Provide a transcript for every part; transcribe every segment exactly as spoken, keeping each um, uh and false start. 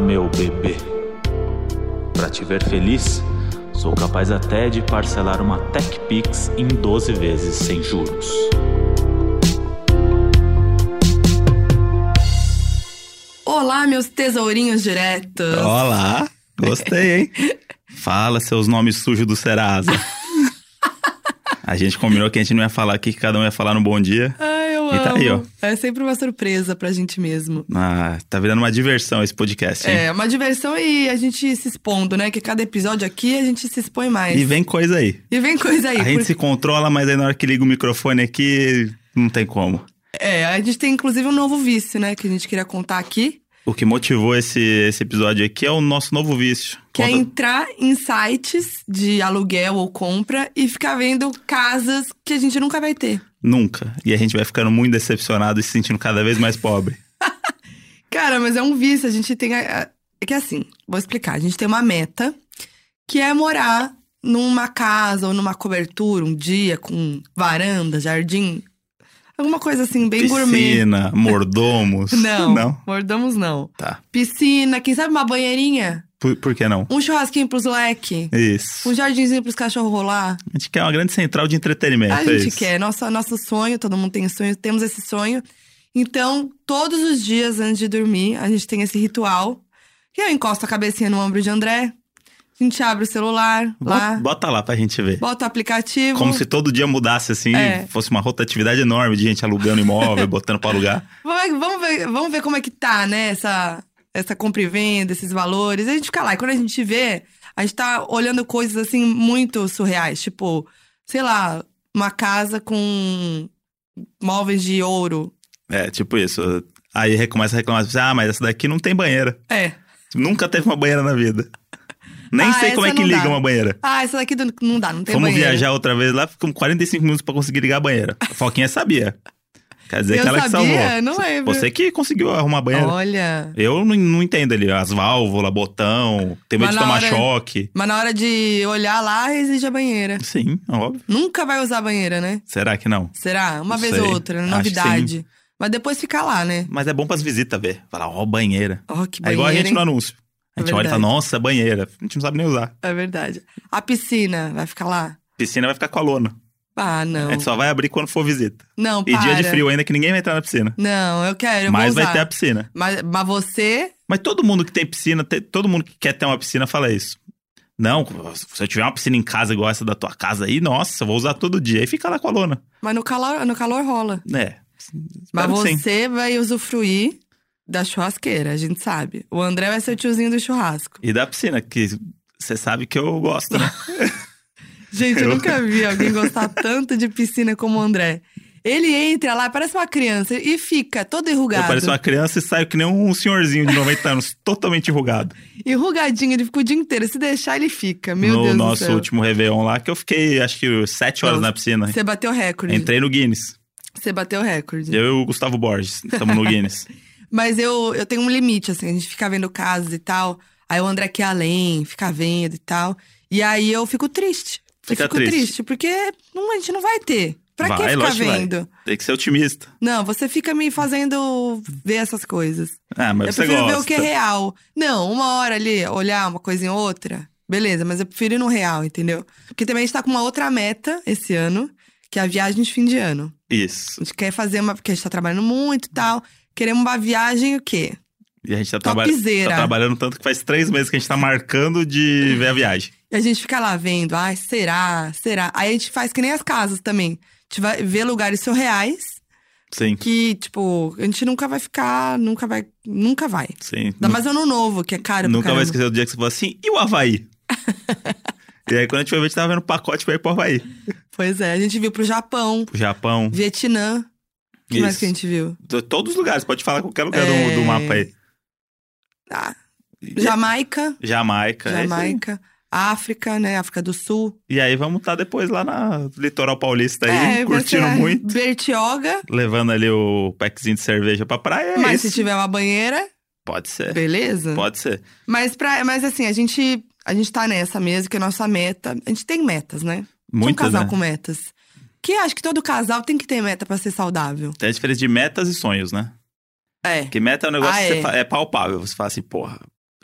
meu bebê. Pra te ver feliz, sou capaz até de parcelar uma TechPix em doze vezes sem juros. Olá, meus tesourinhos diretos. Olá, gostei, hein? Fala seus nomes sujos do Serasa. A gente combinou que a gente não ia falar aqui, que cada um ia falar no bom dia. Ai, eu e tá amo. aí, ó. É sempre uma surpresa pra gente mesmo. Ah, tá virando uma diversão esse podcast, hein? É, uma diversão e a gente se expondo, né? Que cada episódio aqui a gente se expõe mais. E vem coisa aí. E vem coisa aí. A por... gente se controla, mas aí na hora que liga o microfone aqui, não tem como. É, a gente tem inclusive um novo vício, né? Que a gente queria contar aqui. O que motivou esse, esse episódio aqui é o nosso novo vício. Que Conta... é entrar em sites de aluguel ou compra e ficar vendo casas que a gente nunca vai ter. Nunca. E a gente vai ficando muito decepcionado e se sentindo cada vez mais pobre. Cara, mas é um vício. A gente tem... A... É que assim, vou explicar. A gente tem uma meta que é morar numa casa ou numa cobertura um dia com varanda, jardim... Alguma coisa assim, bem Piscina, gourmet. Piscina, mordomos. Não, não, mordomos não. Tá. Piscina, quem sabe uma banheirinha? Por, por que não? Um churrasquinho pros leque. Isso. Um jardinzinho pros cachorros rolar. A gente quer uma grande central de entretenimento, A é gente isso. quer, nosso, nosso sonho, todo mundo tem sonho, temos esse sonho. Então, todos os dias antes de dormir, a gente tem esse ritual. Que eu encosto a cabecinha no ombro de André. A gente abre o celular Bota, lá. bota lá pra gente ver. Bota o aplicativo. Como se todo dia mudasse assim, É. fosse uma rotatividade enorme de gente alugando imóvel, botando pra alugar. Vamos, vamos, ver, vamos ver como é que tá, né? Essa, essa compra e venda, esses valores. A gente fica lá. E quando a gente vê, a gente tá olhando coisas assim muito surreais. Tipo, sei lá, uma casa com móveis de ouro. É, tipo isso. Aí começa a reclamar, ah, mas essa daqui não tem banheira. É. Nunca teve uma banheira na vida. Nem Ah, sei como é essa que não liga dá. uma banheira. Ah, essa daqui do- não dá, não tem Fomos banheiro. viajar outra vez lá, ficamos quarenta e cinco minutos pra conseguir ligar a banheira. A Foquinha sabia. Quer dizer Eu que ela que sabia? salvou. Não lembro. Você que conseguiu arrumar a banheira. Olha. Eu não, não entendo ali, as válvulas, botão, tem medo Mas de na tomar hora- choque. Mas na hora de olhar lá, exige a banheira. Sim, óbvio. Nunca vai usar a banheira, né? Será que não? Será? Uma Não vez sei. ou outra, né? Acho que Novidade. Mas depois fica lá, né? Mas é bom pras visitas ver. Falar, ó, banheira. Ó, que É banheira, igual a gente hein? no anúncio. A É gente olha e fala, verdade. nossa, banheira. A gente não sabe nem usar. É verdade. A piscina vai ficar lá? Piscina vai ficar com a lona. Ah, não. A gente só vai abrir quando for visita. Não, E para. dia de frio ainda que ninguém vai entrar na piscina. Não, eu quero, eu Mas vou usar. vai ter a piscina. Mas, mas você... Mas todo mundo que tem piscina, te- todo mundo que quer ter uma piscina fala isso. Não, se eu tiver uma piscina em casa igual essa da tua casa aí, nossa, eu vou usar todo dia. Aí fica lá com a lona. Mas no calor, no calor rola. É. Mas espero que sim. você vai usufruir da churrasqueira, a gente sabe. O André vai ser o tiozinho do churrasco. E da piscina, que você sabe que eu gosto, né? Gente, eu Eu- nunca vi alguém gostar tanto de piscina como o André. Ele entra lá, parece uma criança, e fica todo enrugado. Eu pareço uma criança e saio que nem um senhorzinho de noventa anos, totalmente enrugado. Enrugadinho, ele fica o dia inteiro. Se deixar, ele fica. Meu no Deus do nosso céu. último Réveillon lá, que eu fiquei, acho que, sete horas Não, na piscina. Você bateu recorde. Entrei no Guinness. Você bateu recorde. Eu e o Gustavo Borges, estamos no Guinness. Mas eu, eu tenho um limite, assim, a gente fica vendo casos e tal. Aí o André quer ir além, fica vendo e tal. E aí eu fico triste. Fica eu fico triste. triste, porque não, a gente não vai ter. Pra Vai, que ficar lógico que vai. vendo? Tem que ser otimista. Não, você fica me fazendo ver essas coisas. Ah, mas eu você prefiro gosta. ver o que é real. Não, uma hora ali, olhar uma coisa em outra, beleza, mas eu prefiro ir no real, entendeu? Porque também a gente tá com uma outra meta esse ano, que é a viagem de fim de ano. Isso. A gente quer fazer uma, porque a gente tá trabalhando muito e tal. Queremos uma viagem o quê? E a gente tá, traba Topzera. tá trabalhando tanto que faz três meses que a gente tá marcando de ver a viagem. E a gente fica lá vendo, ai, será, será? Aí a gente faz que nem as casas também. A gente vai ver lugares surreais Sim, que, tipo, a gente nunca vai ficar, nunca vai, nunca vai. sim. Ainda mais ano novo, que é caro Nunca pra vai caramba. esquecer o dia que você falou assim, e o Havaí? E aí quando a gente foi ver, a gente tava vendo pacote pra ir pro Havaí. Pois é, a gente viu pro Japão, Pro Japão. Vietnã. O que Isso. mais que a gente viu? T- Todos os lugares, pode falar qualquer lugar É. do, do mapa aí. Ah, Jamaica, Jamaica. é isso aí. Jamaica. África, né? África do Sul. E aí vamos estar depois lá na Litoral Paulista aí, é, vai curtindo ser muito. Bertioga. Levando ali o packzinho de cerveja pra praia, é Mas isso. se tiver uma banheira, Pode ser, beleza? pode ser. Mas, pra, mas assim, a gente, a gente tá nessa mesmo, que a nossa meta... A gente tem metas, né? Muitas, Tem um casal né? com metas. Que acho que todo casal tem que ter meta pra ser saudável. Tem a diferença de metas e sonhos, né? É. Porque meta é um negócio Ah, que você é. fa- é palpável. Você fala assim, porra,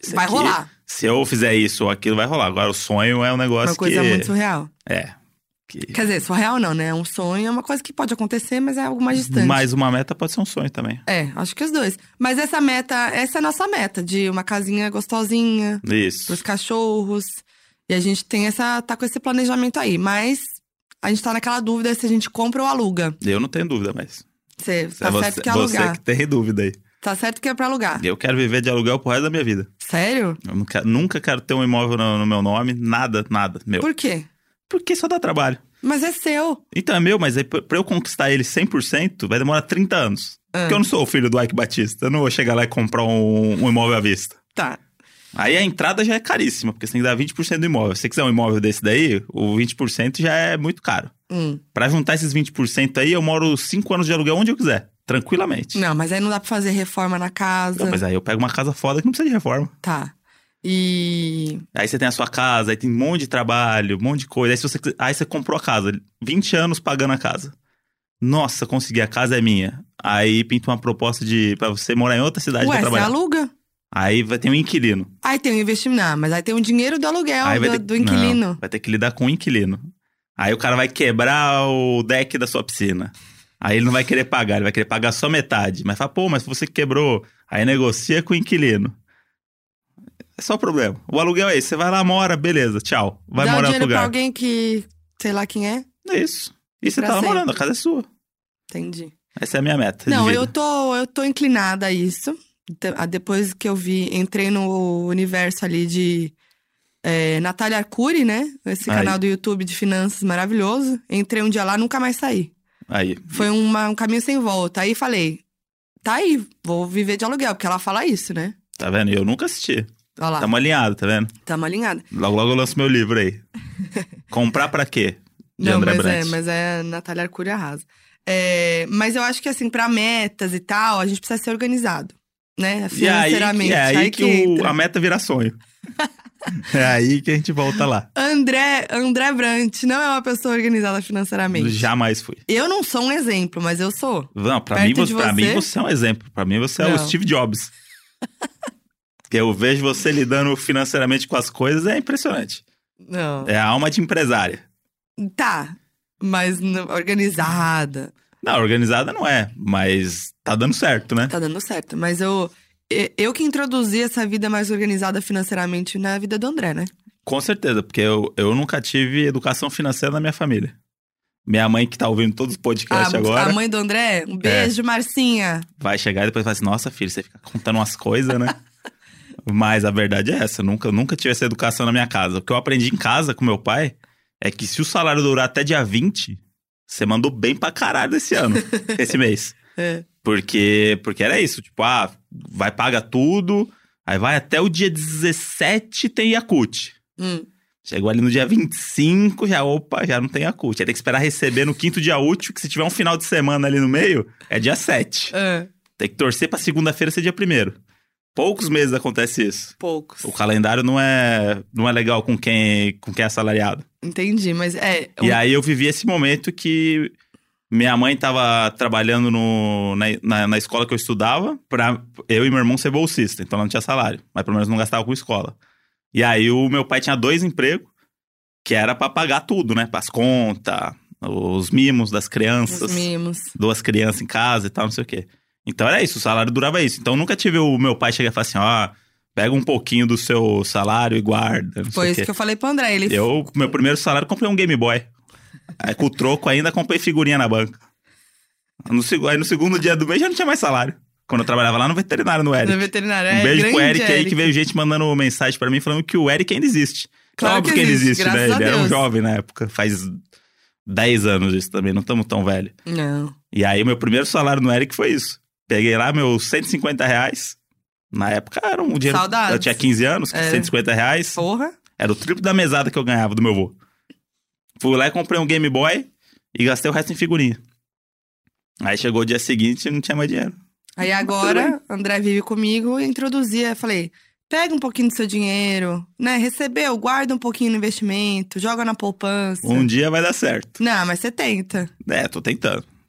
Isso Vai aqui, rolar. Se eu fizer isso ou aquilo, vai rolar. Agora, o sonho é um negócio Uma coisa que... muito surreal. É. Que... Quer dizer, surreal não, né? Um sonho é uma coisa que pode acontecer, mas é algo mais distante. Mas uma meta pode ser um sonho também. É, acho que os dois. Mas essa meta, essa é a nossa meta, de uma casinha gostosinha, Isso. pros cachorros. E a gente tem essa, tá com esse planejamento aí. Mas a gente tá naquela dúvida se a gente compra ou aluga. Eu não tenho dúvida, mas... Você, tá é certo você, que é alugar. Você que tem dúvida aí. Tá certo que é pra alugar. Eu quero viver de aluguel pro resto da minha vida. Sério? Eu não quero, nunca quero ter um imóvel no, no meu nome, nada, nada, meu. Por quê? Porque só dá trabalho. Mas é seu. Então é meu, mas aí, pra eu conquistar ele cem por cento, vai demorar trinta anos. Ah. Porque eu não sou o filho do Ike Batista. Eu não vou chegar lá e comprar um, um imóvel à vista. Tá. Aí a entrada já é caríssima, porque você tem que dar vinte por cento do imóvel. Se você quiser um imóvel desse daí, o vinte por cento já é muito caro. Hum. Pra juntar esses vinte por cento aí, eu moro cinco anos de aluguel onde eu quiser. Tranquilamente. Não, mas aí não dá pra fazer reforma na casa. Não, mas aí eu pego uma casa foda que não precisa de reforma. Tá. E... Aí você tem a sua casa, aí tem um monte de trabalho, um monte de coisa. Aí, se você, aí você comprou a casa, vinte anos pagando a casa. Nossa, consegui, a casa é minha. Aí pinta uma proposta de pra você morar em outra cidade Ué, pra trabalhar. você aluga. Aí vai ter um inquilino. Aí tem o investimento, não, mas aí tem o dinheiro do aluguel, Aí vai do, ter, do inquilino. Não, vai ter que lidar com o inquilino. Aí o cara vai quebrar o deck da sua piscina. Aí ele não vai querer pagar, ele vai querer pagar só metade. Mas fala, pô, mas você quebrou. Aí negocia com o inquilino. É só o problema. O aluguel é esse. Você vai lá, mora, beleza, tchau. Vai Dá morar o em outro dinheiro pra lugar. alguém que, sei lá quem é. É isso. E você Pra tá lá sempre. morando, a casa é sua. Entendi. Essa é a minha meta. Não, de vida. eu tô, eu tô inclinada a isso. De- a- Depois que eu vi, entrei no universo ali de é, Natália Arcuri, né? Esse Aí. canal do YouTube de finanças maravilhoso. Entrei um dia lá, nunca mais saí. Aí. Foi uma- um caminho sem volta. Aí falei, tá aí, vou viver de aluguel, porque ela fala isso, né? Tá vendo? Eu nunca assisti. Olha lá, Tamo alinhado, tá vendo? tamo alinhada. Logo, logo eu lanço meu livro aí. Comprar pra quê? De Não, André mas é, Brant. mas é Natália Arcuri arrasa. É, mas eu acho que, assim, pra metas e tal, a gente precisa ser organizado, né? E aí, Financeiramente. que- é aí, que, o- entra. a meta vira sonho. É aí que a gente volta lá. André, André Brant não é uma pessoa organizada financeiramente. Jamais fui. Eu não sou um exemplo, mas eu sou. Não, pra, Perto mim, você, de pra você- mim você é um exemplo. Pra mim você é Não. o Steve Jobs. Eu vejo você lidando financeiramente com as coisas, é impressionante. Não. É a alma de empresária. Tá, mas não- organizada. Não, organizada não é, mas tá dando certo, né? Tá dando certo. Mas eu, e- eu que introduzi essa vida mais organizada financeiramente na vida do André, né? Com certeza, porque eu, eu nunca tive educação financeira na minha família. Minha mãe, que tá ouvindo todos os podcasts a, agora, a mãe do André, um beijo, Marcinha. vai chegar e depois vai assim, nossa, filho, você fica contando umas coisas, né? Mas a verdade é essa, eu nunca, nunca tive essa educação na minha casa. O que eu aprendi em casa com meu pai é que se o salário durar até dia vinte, você mandou bem pra caralho esse ano, esse mês. É. Porque, porque era isso, tipo, ah, vai, paga tudo, aí vai até o dia dezessete tem Yakult. Hum. Chegou ali no dia vinte e cinco, já, opa, já não tem Yakult. Aí tem que esperar receber no quinto dia útil, que se tiver um final de semana ali no meio, é dia sete. É, Tem que torcer pra segunda-feira ser dia primeiro. Poucos meses acontece isso. poucos. O calendário não é, não é legal com quem, com quem é assalariado. Entendi, mas é. E um- aí eu vivi esse momento que minha mãe tava trabalhando no, na, na, na escola que eu estudava pra eu e meu irmão ser bolsista. Então ela não tinha salário, mas pelo menos não gastava com escola. E aí o meu pai tinha dois empregos, que era pra pagar tudo, né? As contas, os mimos das crianças. Os mimos. Duas crianças em casa e tal, não sei o quê. Então era isso, o salário durava isso. Então nunca tive o meu pai chegar e falar assim, ó, pega um pouquinho do seu salário e guarda, não Foi sei o isso quê. que eu falei pro André. Ele Eu, meu primeiro salário, comprei um Game Boy. Aí com o troco ainda comprei figurinha na banca. No, seg- aí no segundo dia do mês já não tinha mais salário. Quando eu trabalhava lá no veterinário, no Eric. no veterinário. Um É, beijo pro grande Eric, aí que veio gente mandando mensagem pra mim falando que o Eric ainda existe. Claro Óbvio que que ele existe, existe, né? graças a Ele era um Deus. jovem na época, faz dez anos isso também, não estamos tão velho. Não. E aí meu primeiro salário no Eric foi isso. Peguei lá meus cento e cinquenta reais. Na época era um dinheiro. Saudades. Eu tinha quinze anos, É. cento e cinquenta reais. Porra. Era o triplo da mesada que eu ganhava do meu avô. Fui lá e comprei um Game Boy e gastei o resto em figurinha. Aí chegou o dia seguinte e não tinha mais dinheiro. Aí agora, André vive comigo e introduzia. Falei, pega um pouquinho do seu dinheiro, né? Recebeu, guarda um pouquinho no investimento, joga na poupança. Um dia vai dar certo. Não, mas você tenta. É, tô tentando.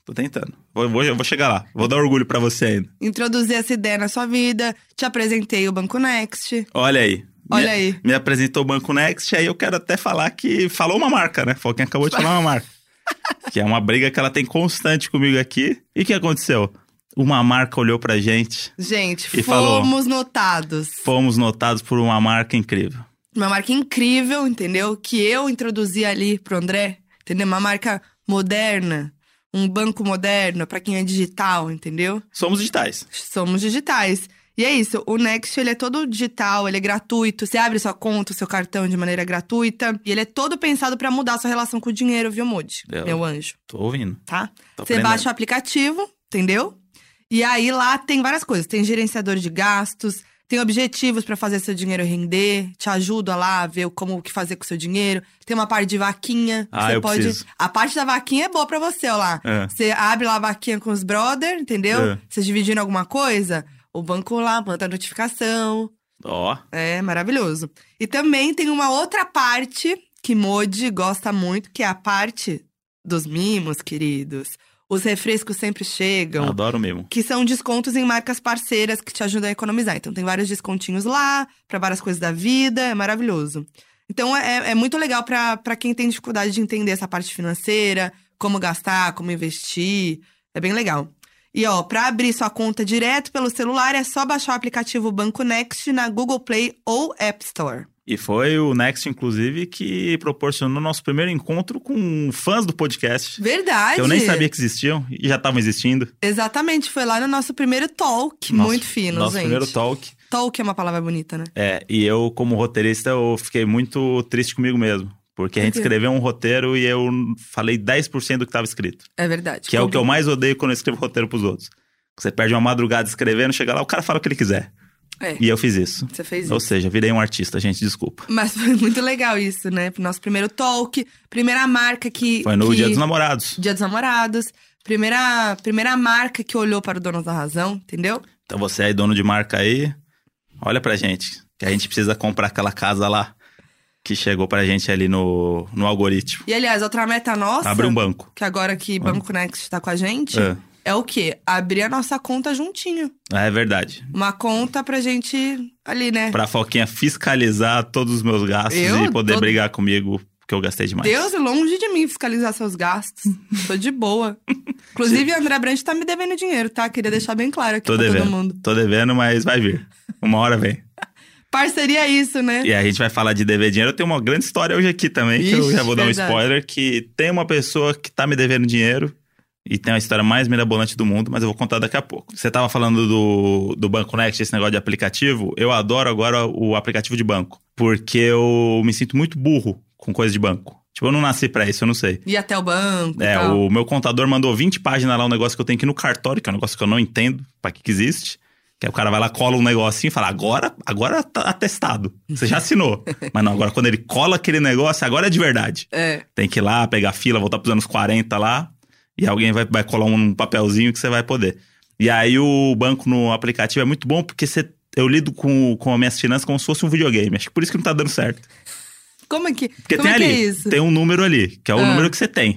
tô tentando. Vou, vou, eu vou chegar lá. Vou dar orgulho pra você ainda. Introduzir essa ideia na sua vida. Te apresentei o Banco Next. Olha aí. Olha me, aí. Me apresentou o Banco Next, aí eu quero até falar que falou uma marca, né? Foi quem acabou de falar uma marca. Que é uma briga que ela tem constante comigo aqui. E o que aconteceu? Uma marca olhou pra gente. Gente, e fomos falou, notados. Fomos notados por uma marca incrível. Uma marca incrível, entendeu? Que eu introduzi ali pro André, entendeu? Uma marca moderna, um banco moderno pra quem é digital, entendeu? Somos digitais. Somos digitais. E é isso, o Next, ele é todo digital, ele é gratuito. Você abre sua conta, o seu cartão de maneira gratuita. E ele é todo pensado pra mudar a sua relação com o dinheiro, viu, Moody? Eu Meu anjo. Tô ouvindo. Tá? Tô Você aprendendo. baixa o aplicativo, entendeu? E aí lá tem várias coisas. Tem gerenciador de gastos, tem objetivos pra fazer seu dinheiro render. Te ajuda lá a ver como o que fazer com o seu dinheiro. Tem uma parte de vaquinha. Ah, você eu pode... preciso. A parte da vaquinha é boa pra você, ó lá. É. Você abre lá a vaquinha com os brother, entendeu? É. Vocês dividindo alguma coisa, o banco lá manda a notificação. Ó. É maravilhoso. E também tem uma outra parte que Moody gosta muito, que é a parte dos mimos, queridos. Os refrescos sempre chegam. Adoro mesmo. Que são descontos em marcas parceiras que te ajudam a economizar. Então tem vários descontinhos lá, pra várias coisas da vida, é maravilhoso. Então é, é muito legal pra, pra quem tem dificuldade de entender essa parte financeira, como gastar, como investir. É bem legal. E ó, pra abrir sua conta direto pelo celular, é só baixar o aplicativo Banco Next na Google Play ou App Store. E foi o Next, inclusive, que proporcionou nosso primeiro encontro com fãs do podcast. Verdade! Que eu nem sabia que existiam e já estavam existindo. Exatamente, foi lá no nosso primeiro talk. Nosso- muito fino, Nosso gente. primeiro talk. Talk é uma palavra bonita, né? É, e eu, como roteirista, eu fiquei muito triste comigo mesmo. Porque a gente Por quê? escreveu um roteiro e eu falei dez por cento do que estava escrito. É verdade. Que é o que eu mais odeio quando eu escrevo roteiro pros outros. Você perde uma madrugada escrevendo, chega lá, o cara fala o que ele quiser. É, E eu fiz isso. você fez Ou isso. seja, virei um artista, gente, desculpa. Mas foi muito legal isso, né? Pro nosso primeiro talk. Primeira marca que... Foi no que... Dia dos Namorados. Dia dos Namorados. Primeira, primeira marca que olhou para o Dono da Razão, entendeu? Então você aí, dono de marca aí, olha pra gente. Que a gente precisa comprar aquela casa lá que chegou pra gente ali no, no algoritmo. E, aliás, outra meta nossa... Abre um banco. Que agora que Banco Next tá com a gente... É. É o quê? Abrir a nossa conta juntinho. É verdade. Uma conta pra gente ali, né? Pra Foquinha fiscalizar todos os meus gastos Eu? e poder Tô- brigar comigo, porque eu gastei demais. Deus longe de mim fiscalizar seus gastos. Tô de boa. Inclusive, o André Brandt tá me devendo dinheiro, tá? Queria deixar bem claro aqui Tô pra devendo. todo mundo. Tô devendo, mas vai vir. Uma hora vem. Parceria é isso, né? E a gente vai falar de dever dinheiro. Eu tenho uma grande história hoje aqui também, que eu Ixi, já vou dar um verdade. spoiler, que tem uma pessoa que tá me devendo dinheiro e tem a história mais mirabolante do mundo, mas eu vou contar daqui a pouco. Você tava falando do, do Banco Next, esse negócio de aplicativo. Eu adoro agora o aplicativo de banco, porque eu me sinto muito burro com coisa de banco. Tipo, eu não nasci pra isso, eu não sei. Ir até o banco e É, tal. o meu contador mandou vinte páginas lá, um negócio que eu tenho que ir no cartório, que é um negócio que eu não entendo pra que que existe. Que aí o cara vai lá, cola um negocinho e fala, agora, agora tá atestado. Você já assinou. Mas não, agora quando ele cola aquele negócio, agora é de verdade. É. Tem que ir lá, pegar a fila, voltar pros anos quarenta lá. E alguém vai, vai colar um papelzinho que você vai poder. E aí o banco no aplicativo é muito bom, porque você, eu lido com, com as minhas finanças como se fosse um videogame. Acho que por isso que não tá dando certo. Como é que, Porque como tem é, que ali, é isso? tem um número ali, que é o Ah. número que você tem.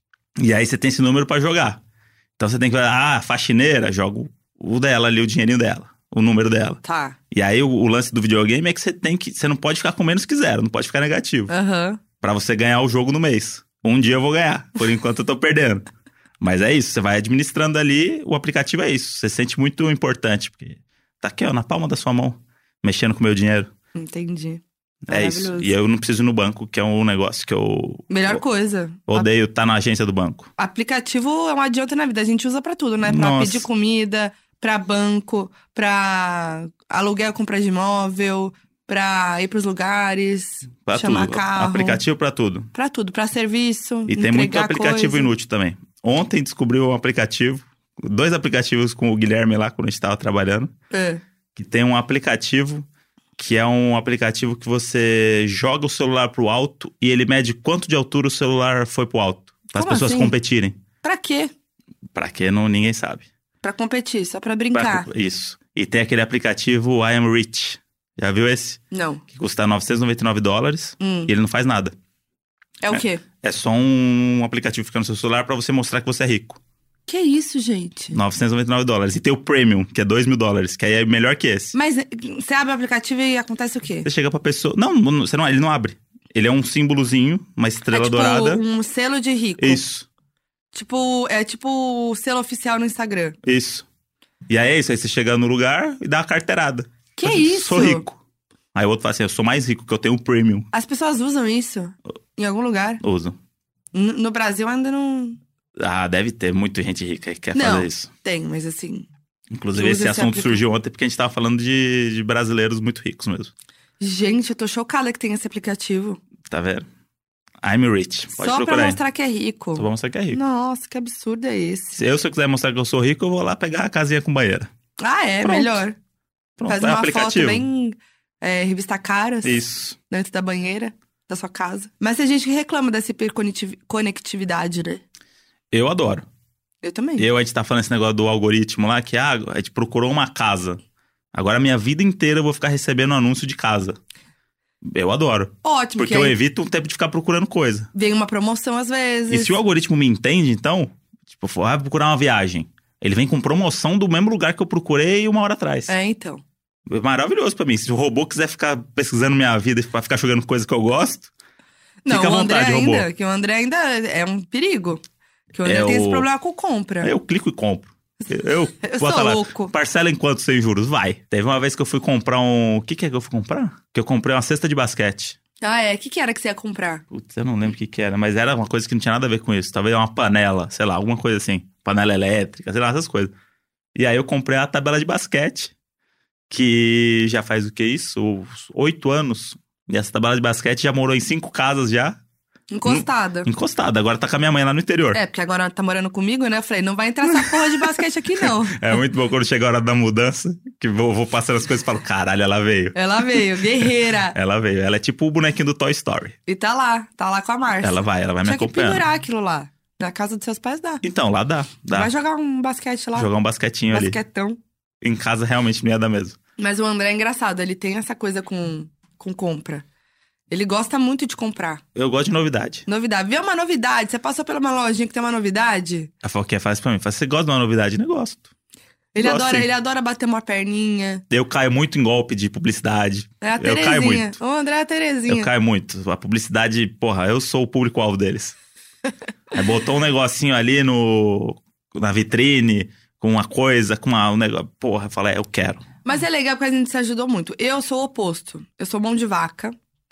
E aí você tem esse número pra jogar. Então você tem que ah, faxineira, joga o- o dela ali, o dinheirinho dela, o número dela. Tá. E aí o, o lance do videogame é que você tem que, você não pode ficar com menos que zero, não pode ficar negativo. Aham. Pra você ganhar o jogo no mês. Um dia eu vou ganhar, por enquanto eu tô perdendo. Mas é isso, você vai administrando ali, o aplicativo é isso. Você se sente muito importante, porque tá aqui, ó, na palma da sua mão, mexendo com o meu dinheiro. Entendi. É isso. Maravilhoso. E eu não preciso ir no banco, que é um negócio que eu Melhor eu coisa. odeio estar na agência do banco. A- Aplicativo é um adianta na vida. A gente usa pra tudo, né? Pra Nossa. pedir comida, pra banco, pra aluguel, compra de imóvel, pra ir pros lugares, Pra chamar tudo. carro. Aplicativo pra tudo. Pra tudo, pra serviço, E tem muito entregar aplicativo coisa. inútil também. Ontem descobri um aplicativo, dois aplicativos com o Guilherme lá, quando a gente tava trabalhando, É. que tem um aplicativo que é um aplicativo que você joga o celular pro alto e ele mede quanto de altura o celular foi pro alto. Para as Como pessoas assim? competirem. Pra quê? Pra quê? Não, ninguém sabe. Pra competir, só pra Pra- brincar. isso. E tem aquele aplicativo I Am Rich. Já viu esse? Não. Que custa novecentos e noventa e nove dólares Hum. e ele não faz nada. É o quê? É só um aplicativo que fica no seu celular pra você mostrar que você é rico. Que isso, gente? novecentos e noventa e nove dólares. E tem o Premium, que é dois mil dólares, que aí é melhor que esse. Mas você abre o aplicativo e acontece o quê? Você chega pra pessoa... Não, não, você não, ele não abre. Ele é um símbolozinho, uma estrela é tipo dourada. um selo de rico. Isso. Tipo, é tipo o selo oficial no Instagram. Isso. E aí é isso, aí você chega no lugar e dá uma carteirada. Que Você, isso? Sou rico. Aí o outro fala assim, eu sou mais rico, que eu tenho um Premium. As pessoas usam isso em algum lugar? Usam. N- no Brasil ainda não... Ah, deve ter muita gente rica que quer Não, fazer isso. tem, mas assim... Inclusive, Usa esse esse assunto aplica- surgiu ontem porque a gente tava falando de, de brasileiros muito ricos mesmo. Gente, eu tô chocada que tem esse aplicativo. Tá vendo? I'm rich. Pode Só procurar pra aí. mostrar que é rico. Só pra mostrar que é rico. Nossa, que absurdo é esse. Se eu, se eu quiser mostrar que eu sou rico, eu vou lá pegar a casinha com banheira. Ah, é, Pronto. melhor. Pronto, Faz é o uma aplicativo. foto bem é, revista caras. Isso. Dentro da banheira da sua casa. Mas tem gente que reclama dessa hiperconectividade, né? Eu adoro. Eu também. Eu, a gente tá falando esse negócio do algoritmo lá, que ah, a gente procurou uma casa. Agora, a minha vida inteira eu vou ficar recebendo anúncio de casa. Eu adoro. Ótimo, Porque que eu aí evito um tempo de ficar procurando coisa. vem uma promoção às vezes. E se o algoritmo me entende, então, tipo, for, ah, procurar uma viagem. Ele vem com promoção do mesmo lugar que eu procurei uma hora atrás. É, então. É maravilhoso pra mim. Se o robô quiser ficar pesquisando minha vida pra ficar jogando coisa que eu gosto, Não, fica à o André vontade, robô. ainda, que o André ainda é um perigo. Que o André É tem o- esse problema com compra. eu clico e compro. Eu, Eu bota sou lá, louco. parcela em quanto sem juros? Vai. Teve uma vez que eu fui comprar um... O que que é que eu fui comprar? Que eu comprei uma cesta de basquete. Ah, é? O que, que era que você ia comprar? Putz, eu não lembro o que que era, mas era uma coisa que não tinha nada a ver com isso. Talvez uma panela, sei lá, alguma coisa assim. Panela elétrica, sei lá, essas coisas. E aí eu comprei a tabela de basquete, que já faz o que isso? Uns Oito anos. E essa tabela de basquete já morou em cinco casas já, Encostada. encostada. Agora tá com a minha mãe lá no interior. É, porque agora tá morando comigo, né? Eu falei, não vai entrar essa porra de basquete aqui, não. É muito bom quando chega a hora da mudança, que vou, vou passando as coisas e falo, caralho, ela veio. Ela veio, guerreira. Ela veio. Ela é tipo o bonequinho do Toy Story. E tá lá, tá lá com a Márcia. Ela vai, ela vai me Tinha que acompanhando. pendurar aquilo lá. Na casa dos seus pais dá. Então, lá dá. dá. Vai jogar um basquete lá. Jogar um basquetinho ali. Basquetão. Em casa realmente não ia dar mesmo. Mas o André é engraçado, ele tem essa coisa com, com compra. Ele gosta muito de comprar. Eu gosto de novidade. Novidade. Vê uma novidade, você passou pela uma lojinha que tem uma novidade. Ela falou que é fácil pra mim. Fala, você gosta de uma novidade? Eu gosto. Ele Gosto, adora, sim. ele adora bater uma perninha. Eu caio muito em golpe de publicidade. É a Eu Terezinha. caio muito. O André é a Terezinha. Eu caio muito. A publicidade, porra, eu sou o público-alvo deles. Aí botou um negocinho ali no, na vitrine, com uma coisa, com uma, um negócio. Porra, eu falei, é, eu quero. Mas é legal porque a gente se ajudou muito. Eu sou o oposto. Eu sou mão de vaca.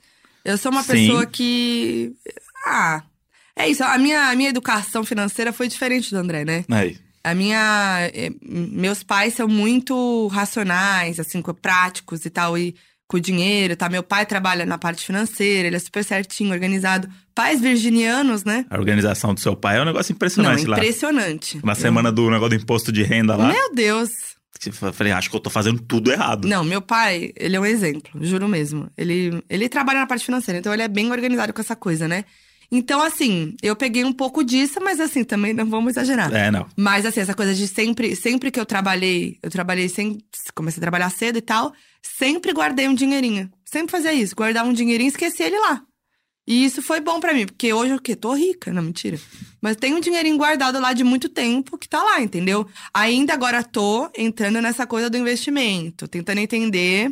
Eu sou uma Sim. pessoa que... Ah, é isso. A minha, a minha educação financeira foi diferente do André, né? Aí. A minha... eh, Meus pais são muito racionais, assim, co- práticos e tal, e com o dinheiro, tá? Meu pai trabalha na parte financeira, ele é super certinho, organizado. Pais virginianos, né? A organização do seu pai é um negócio Não, impressionante lá. impressionante. Na semana do negócio do imposto de renda lá. Meu Deus! Eu falei, acho que eu tô fazendo tudo errado. Não, meu pai, ele é um exemplo, juro mesmo. Ele, ele trabalha na parte financeira, então ele é bem organizado com essa coisa, né? Então, assim, eu peguei um pouco disso, mas assim, também não vamos exagerar. É, não. Mas assim, essa coisa de sempre, sempre que eu trabalhei, eu trabalhei sem, comecei a trabalhar cedo e tal, sempre guardei um dinheirinho. Sempre fazia isso, guardava um dinheirinho e esquecia ele lá. E isso foi bom pra mim, porque hoje o quê? Tô rica, não, mentira. Mas tem um dinheirinho guardado lá de muito tempo que tá lá, entendeu? Ainda agora tô entrando nessa coisa do investimento, tentando entender.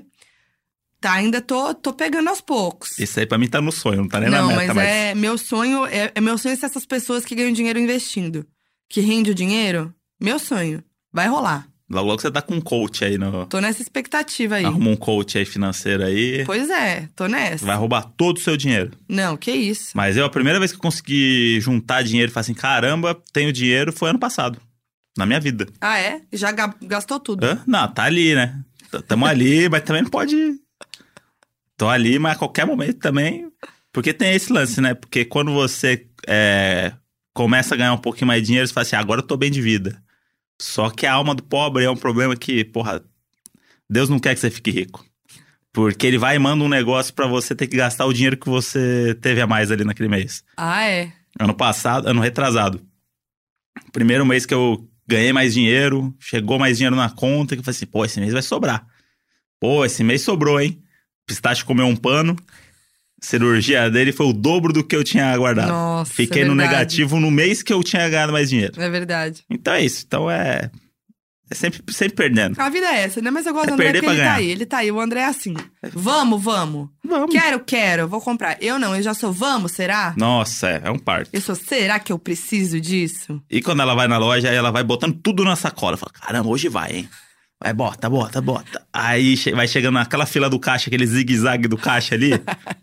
Tá, ainda tô, tô pegando aos poucos. Isso aí pra mim tá no sonho, não tá nem Não, na meta, mas é meu sonho, é, é meu sonho ser essas pessoas que ganham dinheiro investindo. Que rende o dinheiro, meu sonho. Vai rolar. Logo, logo você tá com um coach aí no... Tô nessa expectativa aí. Arruma um coach aí financeiro aí. Pois é, tô nessa. Vai roubar todo o seu dinheiro. Não, que isso. Mas eu, a primeira vez que eu consegui juntar dinheiro e falar assim, caramba, tenho dinheiro, foi ano passado. Na minha vida. Ah, é? Já ga- gastou tudo. Hã? Não, tá ali, né? T- Tamo ali, mas também não pode... Tô ali, mas a qualquer momento também... Porque tem esse lance, né? Porque quando você é, começa a ganhar um pouquinho mais de dinheiro, você fala assim, agora eu tô bem de vida. Só que a alma do pobre é um problema que, porra, Deus não quer que você fique rico. Porque ele vai e manda um negócio pra você ter que gastar o dinheiro que você teve a mais ali naquele mês. Ah, é? Ano passado, ano retrasado. Primeiro mês que eu ganhei mais dinheiro, chegou mais dinheiro na conta, que eu falei assim, pô, esse mês vai sobrar. Pô, esse mês sobrou, hein? Pistache comeu um pano. cirurgia dele foi o dobro do que eu tinha aguardado. Nossa, Fiquei é no verdade. negativo no mês que eu tinha ganhado mais dinheiro. É verdade. Então é isso. Então é... É sempre, sempre perdendo. A vida é essa, né? Mas eu gosto É do André perder porque pra ele tá ganhar. aí. Ele tá aí. O André é assim. Vamos, vamos. Vamos. Quero, quero. Vou comprar. Eu não, eu já sou vamos, será? Nossa, é, é um parto. Eu sou, será que eu preciso disso? E quando ela vai na loja, aí ela vai botando tudo na sacola. Fala, caramba, hoje vai, hein? Vai, bota, bota, bota. Aí che- vai chegando naquela fila do caixa, aquele zigue-zague do caixa ali.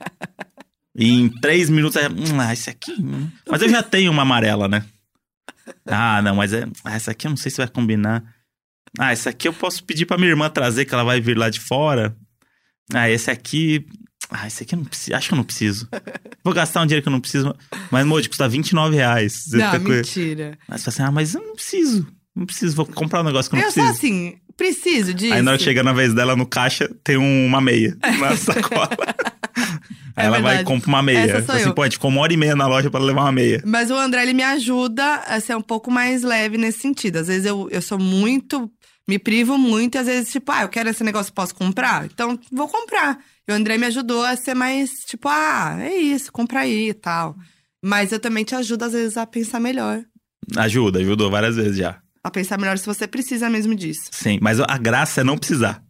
E em três minutos, é, hum, ah, esse aqui... hum. Mas eu já tenho uma amarela, né? Ah, não, mas é... Ah, essa aqui eu não sei se vai combinar. Ah, esse aqui eu posso pedir pra minha irmã trazer, que ela vai vir lá de fora. Ah, esse aqui... Ah, esse aqui eu não preciso. Acho que eu não preciso. Vou gastar um dinheiro que eu não preciso. Mas, Moody, custa vinte e nove reais. Você Não, fica com- mentira. Mas você fala assim, ah, mas eu não preciso. Não preciso, vou comprar um negócio que eu não Eu sou preciso. assim, preciso disso. Aí na hora que chega na vez dela no caixa, tem um- uma meia na sacola. Aí É ela vai verdade. e compra uma meia. Essa sou Fala assim, eu. pô, a gente ficou uma hora e meia na loja pra levar uma meia. Mas o André, ele me ajuda a ser um pouco mais leve nesse sentido. Às vezes eu, eu sou muito... Me privo muito. E às vezes, tipo, ah, eu quero esse negócio, posso comprar? Então, vou comprar. E o André me ajudou a ser mais, tipo, ah, é isso, compra aí e tal. Mas eu também te ajudo, às vezes, a pensar melhor. Ajuda, ajudou várias vezes já. A pensar melhor se você precisa mesmo disso. Sim, mas a graça é não precisar.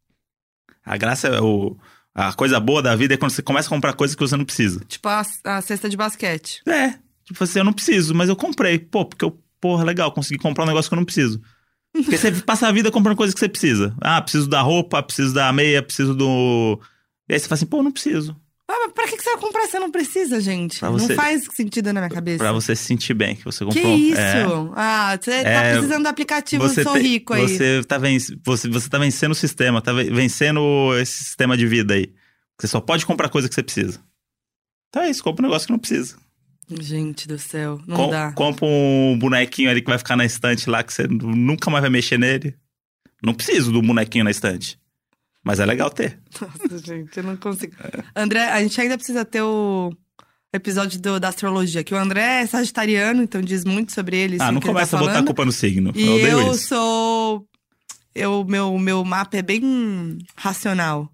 A graça é o... A coisa boa da vida é quando você começa a comprar coisas que você não precisa. Tipo, a, a cesta de basquete. É, tipo assim, eu não preciso, mas eu comprei. Pô, porque eu, porra, legal, consegui comprar um negócio que eu não preciso. Porque você passa a vida comprando coisas que você precisa. Ah, preciso da roupa, preciso da meia, preciso do... E aí você fala assim, pô, não preciso. Ah, mas pra que que você vai comprar se você não precisa, gente? Pra você- Não faz sentido na minha cabeça. Pra você se sentir bem, que você Que comprou. isso? É, Ah, você tá É, precisando do aplicativo você Sou te- Rico aí. Você tá, venc... você, você tá vencendo o sistema, tá ve- vencendo esse sistema de vida aí. Você só pode comprar coisa que você precisa. Então é isso, compra um negócio que não precisa. Gente do céu, não Com- dá. Compra um bonequinho ali que vai ficar na estante lá, que você nunca mais vai mexer nele. Não preciso do bonequinho na estante. Mas é legal ter. Nossa, gente, eu não consigo. André, a gente ainda precisa ter o episódio do- da astrologia, que o André é sagitariano, então diz muito sobre ele. Ah, assim, não que ele começa tá a botar a falando. culpa no signo. E eu odeio eu isso. sou... Eu, meu, meu mapa é bem racional.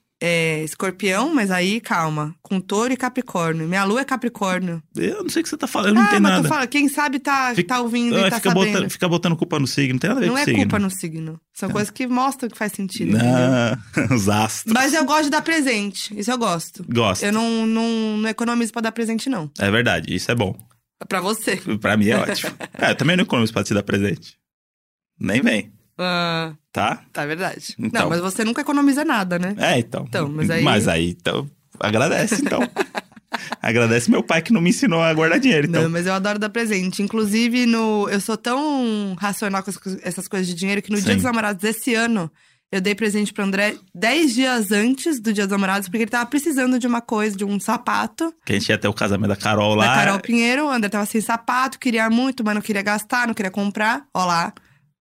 É escorpião, mas aí, calma. Com touro e capricórnio. Minha lua é capricórnio. Eu não sei o que você tá falando, eu não ah, entendo mas nada. tu fala, quem sabe tá, Fica- tá ouvindo Ah, e tá fica, sabendo. botando, fica botando culpa no signo, não tem nada a ver Não com é signo. culpa no signo. São coisas que mostram que faz sentido, entendeu? Não, os astros. Mas eu gosto de dar presente. Isso eu gosto. Gosto. Eu não, não, não economizo pra dar presente, não. É verdade, isso é bom. É pra você. Pra mim é ótimo. É, eu também não economizo pra te dar presente. Nem vem, Ah, tá? tá, é verdade. Então. Não, mas você nunca economiza nada, né? É, então. Então, mas aí- Mas aí, então, agradece, então. Agradece meu pai que não me ensinou a guardar dinheiro, então. Não, mas eu adoro dar presente. Inclusive, no, eu sou tão racional com essas, essas coisas de dinheiro que no Dia Sim. dos Namorados desse ano, eu dei presente pro André dez dias antes do Dia dos Namorados, porque ele tava precisando de uma coisa, de um sapato. Que a gente ia ter o casamento da Carol lá. Da Carol Pinheiro. O André tava sem sapato, queria muito, mas não queria gastar, não queria comprar. Ó lá.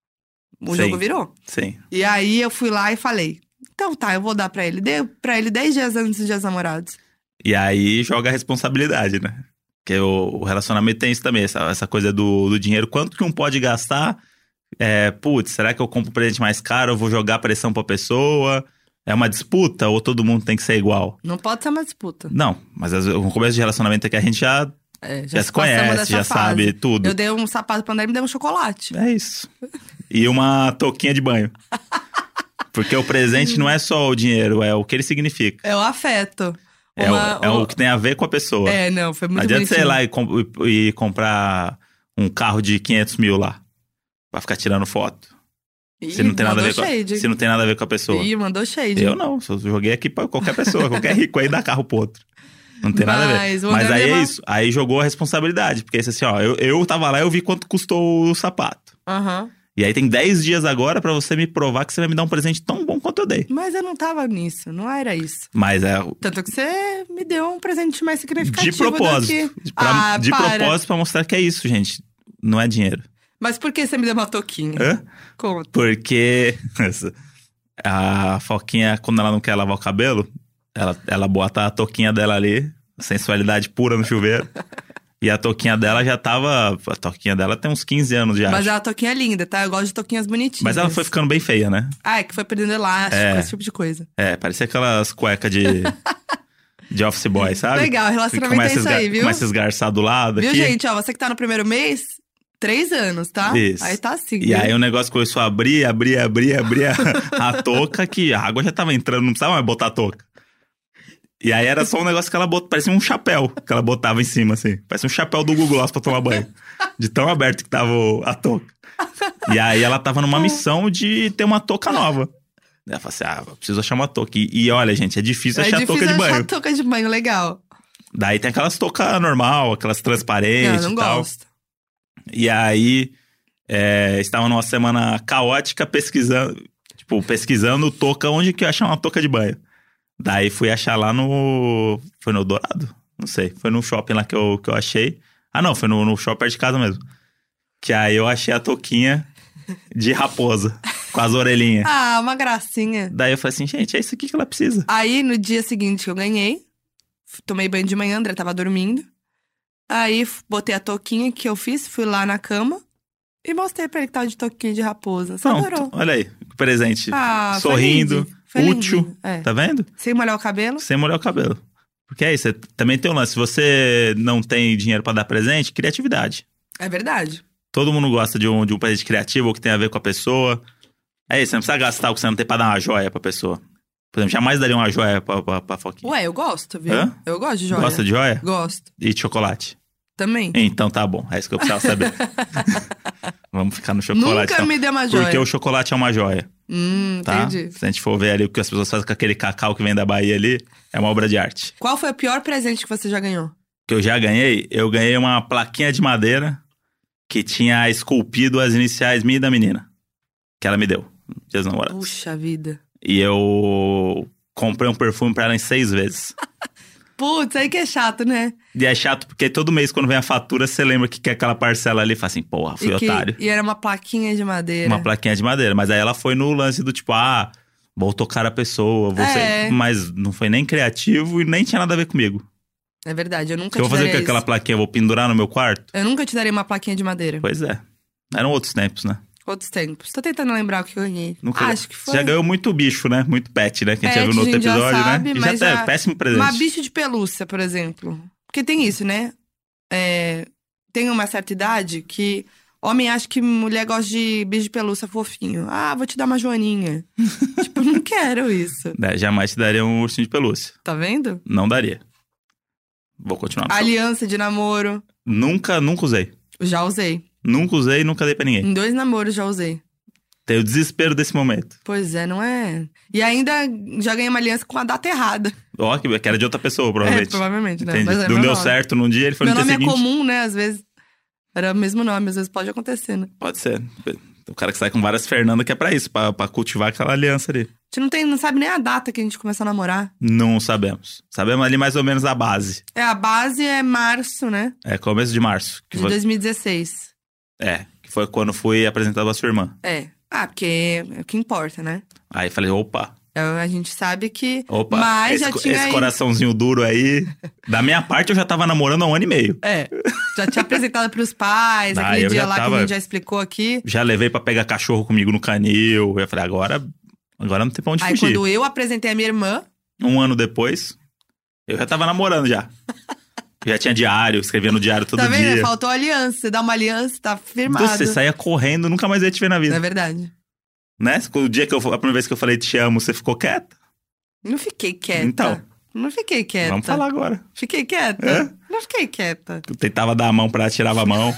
O Sim. jogo virou. Sim. E aí eu fui lá e falei: então tá, eu vou dar pra ele. Dei pra ele dez dias antes do Dia dos Namorados. E aí joga a responsabilidade, né? Porque o, o relacionamento tem isso também, essa, essa coisa do, do dinheiro. Quanto que um pode gastar? É, putz, será que eu compro um presente mais caro? Eu vou jogar pressão pra pessoa? É uma disputa ou todo mundo tem que ser igual? Não pode ser uma disputa. Não, mas as- o começo de relacionamento é que a gente já, É, já se passamos conhece, dessa já fase. sabe tudo. Eu dei um sapato pro André e me deu um chocolate. É isso. E uma touquinha de banho. Porque o presente não é só o dinheiro, é o que ele significa. É o afeto. É, Uma- o, é o que tem a ver com a pessoa. É, não, foi Não muito adianta você ir bonitinho. lá e, com- e comprar um carro de quinhentos mil lá. Pra ficar tirando foto. Ih, Se não tem nada a ver mandou com a, shade. se não tem nada a ver com a pessoa. Ih, mandou shade. Eu não, só joguei aqui pra qualquer pessoa, qualquer rico aí dá carro pro outro. Não tem nada a Mas ver. o Mas André aí é leva- isso. Aí jogou a responsabilidade. Porque isso assim, ó, eu, eu tava lá e eu vi quanto custou o sapato. Aham. E aí tem dez dias agora pra você me provar que você vai me dar um presente tão bom quanto eu dei. Mas eu não tava nisso, não era isso. Mas é Tanto que você me deu um presente mais significativo de propósito. daqui. De, pra- ah, de para. propósito pra mostrar que é isso, gente. Não é dinheiro. Mas por que você me deu uma touquinha? Hã? Conta. Porque a Foquinha, quando ela não quer lavar o cabelo, ela, ela bota a touquinha dela ali, sensualidade pura no chuveiro. E a touquinha dela já tava... A touquinha dela tem uns quinze anos já. Mas acho. a touquinha é linda, tá? Eu gosto de touquinhas bonitinhas. Mas ela foi ficando bem feia, né? Ah, é que foi perdendo elástico, É. esse tipo de coisa. É, parecia aquelas cuecas de... de office boy, sabe? Legal, relacionamento é isso aí, viu? Começa a esgarçar do lado Viu, aqui. gente? Ó, você que tá no primeiro mês, três anos, tá? Isso. Aí tá assim. E viu? aí o negócio começou a abrir, abrir, abrir, abrir a, a touca, que a água já tava entrando, não precisava mais botar a touca. E aí era só um negócio que ela botava, parecia um chapéu que ela botava em cima, assim. Parecia um chapéu do Google Gloss pra tomar banho. De tão aberto que tava o- a touca. E aí ela tava numa missão de ter uma touca nova. Ela falou assim, ah, eu preciso achar uma touca. E, e olha, gente, é difícil É achar difícil touca de achar banho. touca de banho, legal. Daí tem aquelas toucas normal, aquelas transparentes Não, não e tal. gosto. E aí, é, estava numa semana caótica pesquisando, tipo, pesquisando touca, onde que eu ia achar uma touca de banho. Daí fui achar lá no... Foi no Dourado? Não sei. Foi no shopping lá que eu, que eu achei. Ah, não. Foi no, no shopping perto de casa mesmo. Que aí eu achei a touquinha de raposa, com as orelhinhas. Ah, uma gracinha. Daí eu falei assim, gente, é isso aqui que ela precisa. Aí, no dia seguinte que eu ganhei, f- tomei banho de manhã, André tava dormindo. Aí, f- botei a touquinha que eu fiz, fui lá na cama e mostrei pra ele que tava de touquinha de raposa. Você adorou. Pronto, olha aí. Que presente. Ah, foi Sorrindo, lindo, foi útil. lindo, é. Tá vendo? Sem molhar o cabelo. Sem molhar o cabelo. Porque é isso, é- também tem um lance. Se você não tem dinheiro pra dar presente, criatividade. É verdade. Todo mundo gosta de um, de um presente criativo ou que tem a ver com a pessoa. É isso, você não precisa gastar o que você não tem pra dar uma joia pra pessoa. Por exemplo, jamais daria uma joia pra, pra, pra Foquinha. Ué, eu gosto, viu? Hã? Eu gosto de joia. Gosta de joia? Gosto. E de chocolate? Também. Então tá bom, é isso que eu precisava saber. Vamos ficar no chocolate. Nunca então. me deu uma joia. Porque o chocolate é uma joia, Hum, tá? entendi. Se a gente for ver ali o que as pessoas fazem com aquele cacau que vem da Bahia ali, é uma obra de arte. Qual foi o pior presente que você já ganhou? Que eu já ganhei, eu ganhei uma plaquinha de madeira que tinha esculpido as iniciais minha e da menina. Que ela me deu, dias namorados. Puxa vida. E eu comprei um perfume pra ela em seis vezes. Putz, aí que é chato, né? E é chato porque todo mês quando vem a fatura, você lembra que quer aquela parcela ali e fala assim, porra, fui e, que- otário. e era uma plaquinha de madeira. Uma plaquinha de madeira. Mas aí ela foi no lance do tipo, ah, vou tocar a pessoa, vou ser... É. Mas não foi nem criativo e nem tinha nada a ver comigo. É verdade, eu nunca O que eu te vou fazer daria com aquela isso. plaquinha? Eu vou pendurar no meu quarto? Eu nunca te daria uma plaquinha de madeira. Pois é. Eram outros tempos, né? Outros tempos. Tô tentando lembrar o que eu ganhei. Nunca... Acho que foi. Você já ganhou muito bicho, né? Muito pet, né? Que a gente já Pet, viu no outro a gente já episódio, sabe, né? E mas já já- é péssimo presente. Uma bicho de pelúcia, por exemplo. Porque tem isso, né? É, tem uma certa idade que homem acha que mulher gosta de bicho de pelúcia fofinho. Ah, vou te dar uma joaninha. Tipo, não quero isso. É, jamais te daria um ursinho de pelúcia. Tá vendo? Não daria. Vou continuar. Aliança de namoro. Nunca, nunca usei. Já usei. Nunca usei e nunca dei pra ninguém. Em dois namoros já usei. Tenho desespero desse momento. Pois é, não é? E ainda já ganhei uma aliança com a data errada. Ó, que que era de outra pessoa, É, provavelmente. provavelmente, né? Entendi. Mas é não meu deu nome. certo num dia, ele foi Meu no dia nome é seguinte. comum, né? Às vezes era o mesmo nome, às vezes pode acontecer, né? Pode ser. O cara que sai com várias Fernanda que é pra isso, pra, pra cultivar aquela aliança ali. A gente não, tem, não sabe nem a data que a gente começou a namorar. Não sabemos. Sabemos ali mais ou menos a base. É, a base é março, né? É começo de março. Que De foi, dois mil e dezesseis. é, que foi quando fui apresentado pra sua irmã. É. Ah, porque é o que importa, né? Aí falei, opa, É, a gente sabe que. opa, Mas esse, já co- tinha. esse aí- coraçãozinho duro aí. Da minha parte, eu já tava namorando há um ano e meio. É. Já tinha apresentado pros pais, Ah, aquele eu dia já lá que tava- a gente já explicou aqui. Já levei pra pegar cachorro comigo no canil. Eu falei, agora, agora não tem pra onde Aí fugir. quando eu apresentei a minha irmã, Um ano depois, eu já tava namorando já. Já tinha diário, escrevia no diário todo tá vendo? dia. Faltou aliança. Você dá uma aliança, tá firmado. Você saía correndo, nunca mais ia te ver na vida. É verdade. Né? O dia que eu, a primeira vez que eu falei te amo, você ficou quieta? Não fiquei quieta. Então. Não fiquei quieta. Vamos falar agora. Fiquei quieta? É? Não fiquei quieta. Eu tentava dar a mão pra ela, tirava a mão.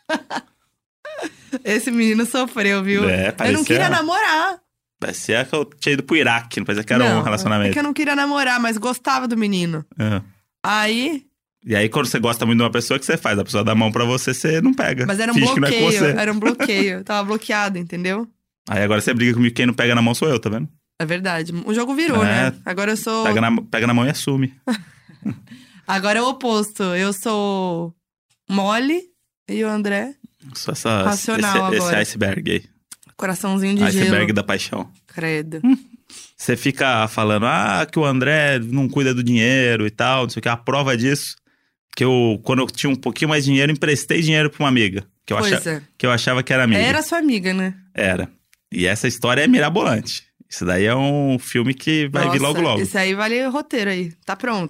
Esse menino sofreu, viu? É, Eu não parecia- queria namorar. Parecia que eu tinha ido pro Iraque, não parecia que era não, um relacionamento. É que eu não queria namorar, mas gostava do menino. É. Aí, E aí, quando você gosta muito de uma pessoa, o que você faz? A pessoa dá a mão pra você, você não pega. mas era um Finge que não é com bloqueio. você. Era um bloqueio. Tava bloqueado, entendeu? Aí agora você briga comigo, quem não pega na mão sou eu, tá vendo? É verdade. O jogo virou, É. né? Agora eu sou. Pega na, pega na mão e assume. Agora é o oposto. Eu sou mole e o André, Só essa, Racional esse, agora. esse iceberg aí. coraçãozinho de Iceberg gelo. da paixão. Credo. Você fica falando, ah, que o André não cuida do dinheiro e tal, não sei o que. A prova disso, que eu, quando eu tinha um pouquinho mais de dinheiro, emprestei dinheiro pra uma amiga. Que eu, Pois achava, é. que eu achava que era amiga. Era sua amiga, né? Era. E essa história é mirabolante. Isso daí é um filme que vai vir Nossa, logo logo. Esse aí vale o roteiro aí. Tá pronto.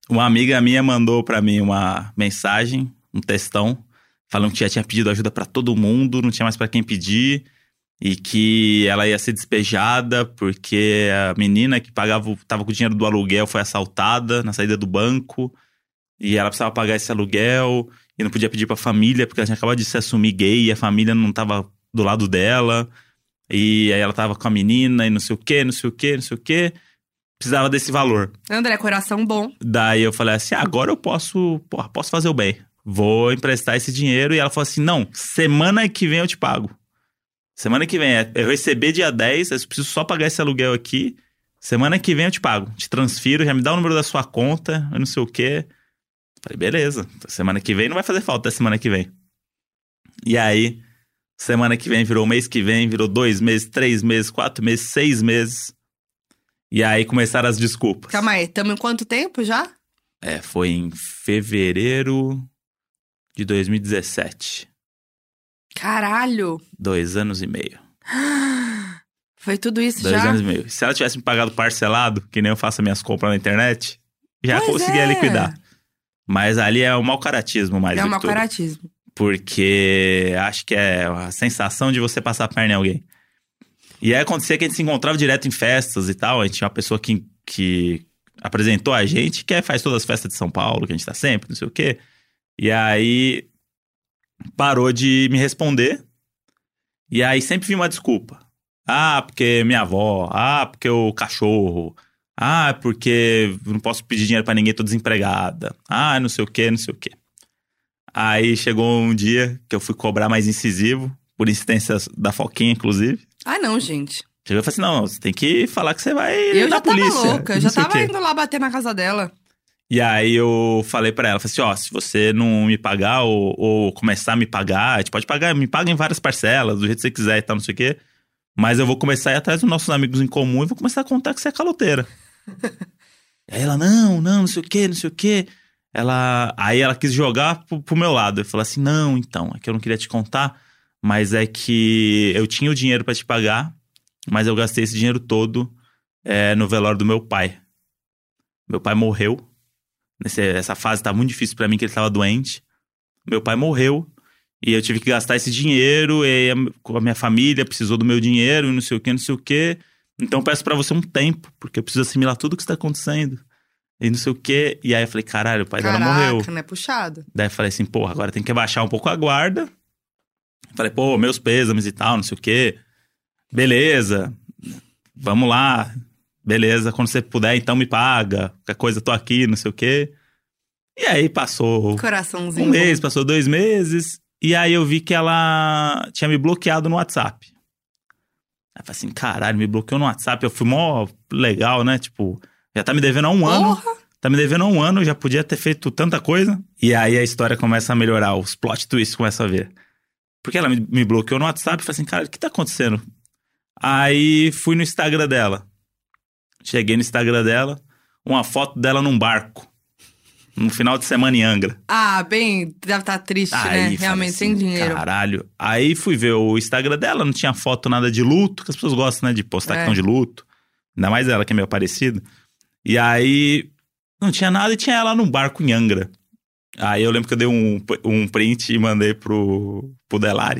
uma amiga minha mandou pra mim uma mensagem, um textão, falando que já tinha pedido ajuda pra todo mundo, não tinha mais pra quem pedir. E que ela ia ser despejada porque a menina que pagava, tava com o dinheiro do aluguel foi assaltada na saída do banco. E ela precisava pagar esse aluguel e não podia pedir pra família porque ela tinha acabado de se assumir gay e a família não tava do lado dela. E aí ela tava com a menina e não sei o que, não sei o que, não sei o que. Precisava desse valor. André, coração bom. Daí eu falei assim, ah, agora eu posso, porra, posso fazer o bem. Vou emprestar esse dinheiro. E ela falou assim, não, semana que vem eu te pago. Semana que vem, eu receber dia dez, eu preciso só pagar esse aluguel aqui. Semana que vem eu te pago, te transfiro, já me dá o número da sua conta, eu não sei o quê. Falei, beleza, semana que vem não vai fazer falta, até semana que vem. E aí, semana que vem virou mês que vem, virou dois meses, três meses, quatro meses, seis meses. E aí começaram as desculpas. Calma aí, estamos em quanto tempo já? É, foi em fevereiro de dois mil e dezessete. Caralho! Dois anos e meio. Foi tudo isso Dois já? anos e meio. Se ela tivesse me pagado parcelado, que nem eu faço minhas compras na internet, já Pois conseguia é. liquidar. Mas ali é o mau caratismo mais É do um que tudo. caratismo. Porque acho que é a sensação de você passar a perna em alguém. E aí acontecia que a gente se encontrava direto em festas e tal. A gente tinha uma pessoa que, que apresentou a gente, que faz todas as festas de São Paulo, que a gente tá sempre, não sei o quê. E aí parou de me responder. E aí sempre vinha uma desculpa. Ah, porque minha avó. Ah, porque o cachorro. Ah, porque não posso pedir dinheiro pra ninguém, tô desempregada. Ah, não sei o quê, não sei o quê. Aí chegou um dia que eu fui cobrar mais incisivo, por insistência da Foquinha, inclusive. Ah, não, gente. Chegou e falou assim, não, você tem que falar que você vai Eu na já tava polícia. louca, eu não já sei o tava quê. indo lá bater na casa dela. E aí eu falei pra ela, falei assim, ó, se você não me pagar ou, ou começar a me pagar, a gente pode pagar, me paga em várias parcelas, do jeito que você quiser e tal, não sei o quê. Mas eu vou começar a ir atrás dos nossos amigos em comum e vou começar a contar que você é caloteira. Aí ela, não, não, não sei o quê, não sei o quê. Ela, aí ela quis jogar pro, pro meu lado. Eu falei assim, não, então, é que eu não queria te contar, mas é que eu tinha o dinheiro pra te pagar, mas eu gastei esse dinheiro todo é, no velório do meu pai. Meu pai morreu. Nesse, essa fase tá muito difícil pra mim, que ele tava doente. Meu pai morreu. E eu tive que gastar esse dinheiro. E a, a minha família precisou do meu dinheiro. E não sei o que, não sei o que. Então eu peço pra você um tempo. Porque eu preciso assimilar tudo o que está acontecendo. E não sei o que. E aí eu falei, caralho, o pai Caraca, dela morreu. não é puxado. Daí eu falei assim, porra, agora tem que abaixar um pouco a guarda. Falei, pô, meus pêsames e tal, não sei o que. Beleza. Vamos lá. Beleza, quando você puder, então me paga. Qualquer coisa, eu tô aqui, não sei o quê. E aí passou Coraçãozinho. um mês, bom. passou dois meses. E aí eu vi que ela tinha me bloqueado no WhatsApp. Aí eu falei assim, caralho, me bloqueou no WhatsApp. Eu fui mó legal, né? Tipo, já tá me devendo há um ano. Porra! Tá me devendo há um ano, já podia ter feito tanta coisa. E aí a história começa a melhorar, os plot twists começam a ver. Porque ela me, me bloqueou no WhatsApp e falei assim, cara, o que tá acontecendo? Aí fui no Instagram dela. Cheguei no Instagram dela, uma foto dela num barco. No final de semana em Angra. Ah, bem, deve estar triste, Aí, né? falei Realmente, assim, sem dinheiro. Caralho. Aí fui ver o Instagram dela, não tinha foto nada de luto, que as pessoas gostam, né, de postar É. que estão de luto. Ainda mais ela, que é meio parecida. E aí, não tinha nada e tinha ela num barco em Angra. Aí eu lembro que eu dei um, um print e mandei pro, pro Delari.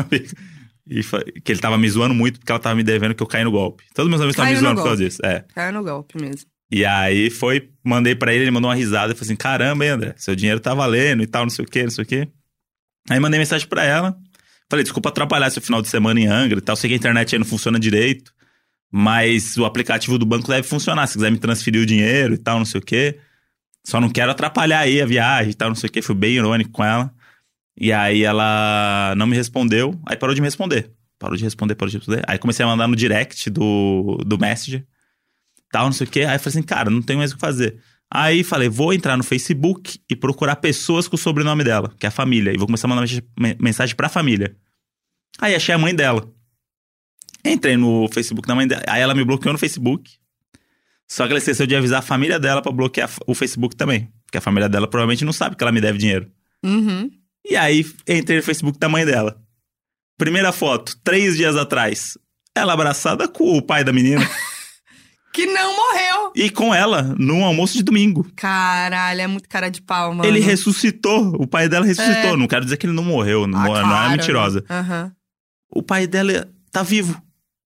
E fa- que ele tava me zoando muito porque ela tava me devendo que eu caí no golpe. Todos meus amigos estavam me Caiu no zoando por causa golpe. disso. É. Caiu no golpe mesmo. E aí foi, mandei pra ele, ele mandou uma risada e falou assim, caramba, hein, André, seu dinheiro tá valendo e tal, não sei o que, não sei o que. Aí mandei mensagem pra ela, falei, desculpa atrapalhar seu final de semana em Angra e tal, sei que a internet aí não funciona direito, mas o aplicativo do banco deve funcionar, se quiser me transferir o dinheiro e tal, não sei o que. Só não quero atrapalhar aí a viagem e tal, não sei o que, fui bem irônico com ela. E aí ela não me respondeu, aí parou de me responder. Parou de responder, parou de responder. Aí comecei a mandar no direct do, do Messenger. Tal, não sei o quê. Aí eu falei assim, cara, não tenho mais o que fazer. Aí falei, vou entrar no Facebook e procurar pessoas com o sobrenome dela, que é a família. E vou começar a mandar mensagem pra família. Aí achei a mãe dela. Entrei no Facebook da mãe dela. Aí ela me bloqueou no Facebook. Só que ela esqueceu de avisar a família dela pra bloquear o Facebook também. Porque a família dela provavelmente não sabe que ela me deve dinheiro. Uhum. E aí entrei no Facebook da mãe dela. Primeira foto, três dias atrás. Ela abraçada com o pai da menina. Que não morreu. E com ela, num almoço de domingo. Caralho, é muito cara de pau, mano. Ele ressuscitou. O pai dela ressuscitou. É. Não quero dizer que ele não morreu. Não, Ah, não claro, é mentirosa. né? Uhum. O pai dela tá vivo.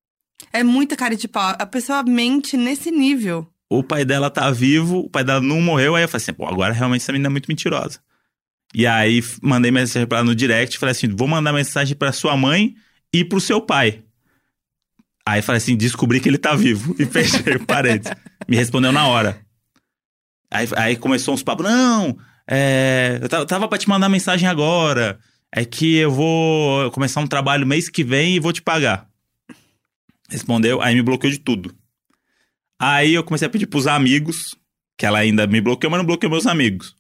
É muita cara de pau. A pessoa mente nesse nível. O pai dela tá vivo, o pai dela não morreu. Aí eu falei assim, pô, agora realmente essa menina é muito mentirosa. E aí mandei mensagem pra ela no direct. Falei assim, vou mandar mensagem pra sua mãe e pro seu pai. Aí falei assim, descobri que ele tá vivo. E fechei o parênteses. Me respondeu na hora. Aí, aí começou uns papos. Não, é, eu tava pra te mandar mensagem agora. É que eu vou começar um trabalho mês que vem e vou te pagar. Respondeu, aí me bloqueou de tudo. Aí eu comecei a pedir pros amigos, que ela ainda me bloqueou, mas não bloqueou meus amigos.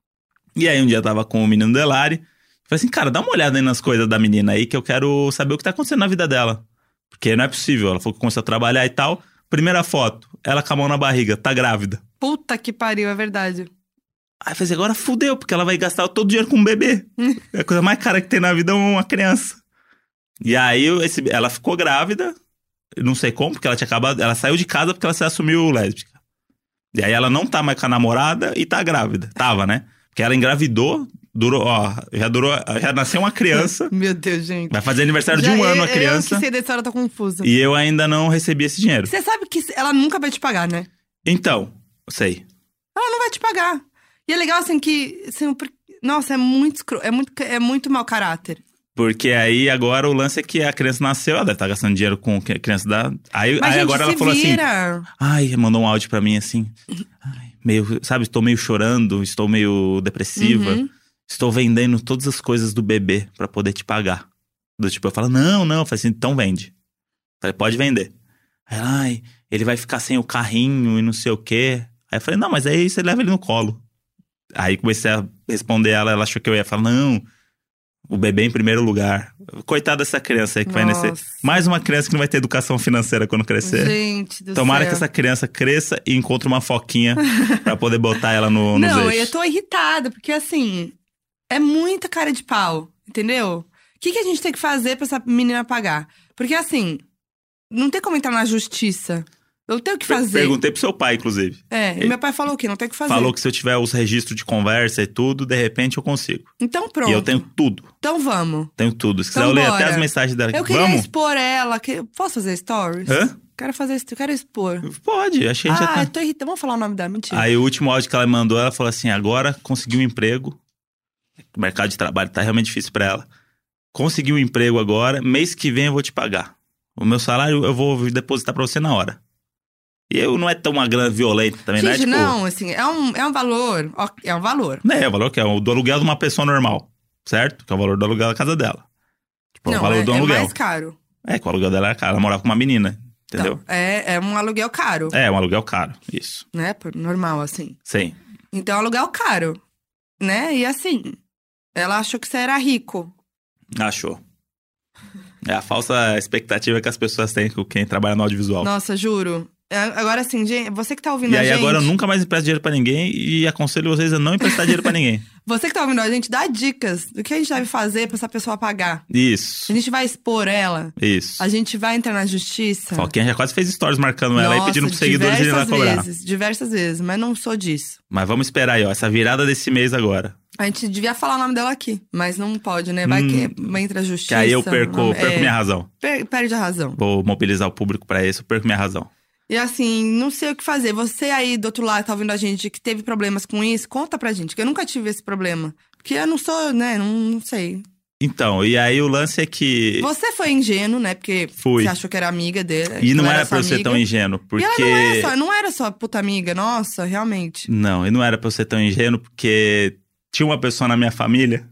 E aí um dia eu tava com o menino Delari. Falei assim, cara, dá uma olhada aí nas coisas da menina aí, que eu quero saber o que tá acontecendo na vida dela. Porque não é possível, ela falou que começou a trabalhar e tal. Primeira foto, ela com a mão na barriga, tá grávida. Puta que pariu, é verdade. Aí eu falei assim, agora fudeu, porque ela vai gastar todo o dinheiro com um bebê. É a coisa mais cara que tem na vida é uma criança. E aí esse, ela ficou grávida, não sei como, porque ela tinha acabado, ela saiu de casa porque ela se assumiu lésbica. E aí ela não tá mais com a namorada e tá grávida. Tava, né? Porque ela engravidou, durou, ó, já durou, já nasceu uma criança. Meu Deus, gente. Vai fazer aniversário Já de um eu, ano a criança. Eu que sei dessa hora, tô confusa. E eu ainda não recebi esse dinheiro. Você sabe que ela nunca vai te pagar, né? Então, sei. Ela não vai te pagar. E é legal, assim, que... Assim, por- nossa, é muito, escro... é, muito, é muito mau caráter. Porque aí agora o lance é que a criança nasceu, ela deve estar gastando dinheiro com a criança da... Aí, Mas, aí gente, agora ela se falou assim... vira. Ai, mandou um áudio pra mim assim. Ai, meio, sabe, estou meio chorando, estou meio depressiva. Uhum. Estou vendendo todas as coisas do bebê pra poder te pagar. Do tipo, eu falo, não, não. Eu falei assim, então vende. Eu falei, pode vender. Aí ela, ai, ele vai ficar sem o carrinho e não sei o quê. Aí eu falei, não, mas aí você leva ele no colo. Aí comecei a responder ela, ela achou que eu ia falar, não, o bebê em primeiro lugar. Coitada dessa criança aí que vai Nossa. nascer. Mais uma criança que não vai ter educação financeira quando crescer. Gente do Tomara céu. que essa criança cresça e encontre uma foquinha pra poder botar ela no, nos Não, eixos. eu tô irritada, porque assim, é muita cara de pau, entendeu? O que, que a gente tem que fazer pra essa menina pagar? Porque assim, não tem como entrar na justiça. Eu tenho que Per- fazer. Perguntei pro seu pai, inclusive. É, e Ele meu pai falou o quê? Não tem o que fazer. Falou que se eu tiver os registros de conversa e tudo, de repente eu consigo. Então pronto. E eu tenho tudo. Então vamos. Tenho tudo. Se quiser, Então eu leio bora. até as mensagens dela. Eu queria Vamos? expor ela. Que... Posso fazer stories? Hã? Quero fazer, eu quero expor. Pode, achei que já Ah, tá. eu tô irritada. Vamos falar o nome dela, mentira. Aí o último áudio que ela mandou, ela falou assim, agora consegui um emprego. O mercado de trabalho tá realmente difícil pra ela. Consegui um emprego agora, mês que vem eu vou te pagar. O meu salário eu vou depositar pra você na hora. E eu não é tão uma grana violenta também, Gente, né? Tipo, não, assim, é um, é um valor. ó, É um valor. Né, é o valor que é o do aluguel de uma pessoa normal, certo? Que é o valor do aluguel da casa dela. Tipo, é não, o valor é, do é aluguel. mais caro. É, que o aluguel dela era caro. Ela morava com uma menina, entendeu? Então, é, é um aluguel caro, É, um aluguel caro, isso. né? Por- Normal, assim. Sim. Então, é um aluguel caro, né? E assim, ela achou que você era rico. Achou. É a falsa expectativa que as pessoas têm com quem trabalha no audiovisual. Nossa, juro. É, Agora, assim, gente, você que tá ouvindo E a aí gente... agora eu nunca mais empresto dinheiro pra ninguém e aconselho vocês a não emprestar dinheiro pra ninguém. Você que tá ouvindo a gente, dá dicas do que a gente deve fazer pra essa pessoa pagar. Isso, A gente vai expor ela, isso. a gente vai entrar na justiça. Foquinha já quase fez stories marcando ela e Nossa, pedindo pros seguidores irem lá diversas cobrar. vezes, diversas vezes, mas não sou disso. Mas vamos esperar aí, ó, essa virada desse mês agora. A gente devia falar o nome dela aqui, mas não pode, né? Vai Hum, que entra a justiça. Que aí eu perco, não- perco é, minha razão. per- perde a razão. Vou mobilizar o público pra isso, eu perco minha razão. E assim, não sei o que fazer. Você aí do outro lado tá ouvindo a gente que teve problemas com isso, conta pra gente, que eu nunca tive esse problema. Porque eu não sou, né? Não, não sei. Então, e aí o lance é que... Você foi ingênuo, né? Porque Fui. você achou que era amiga dele. E que não ela era pra sua eu ser amiga. tão ingênuo, porque... E ela não era, só, não era só puta amiga, nossa, realmente. Não, e não era pra eu ser tão ingênuo, porque tinha uma pessoa na minha família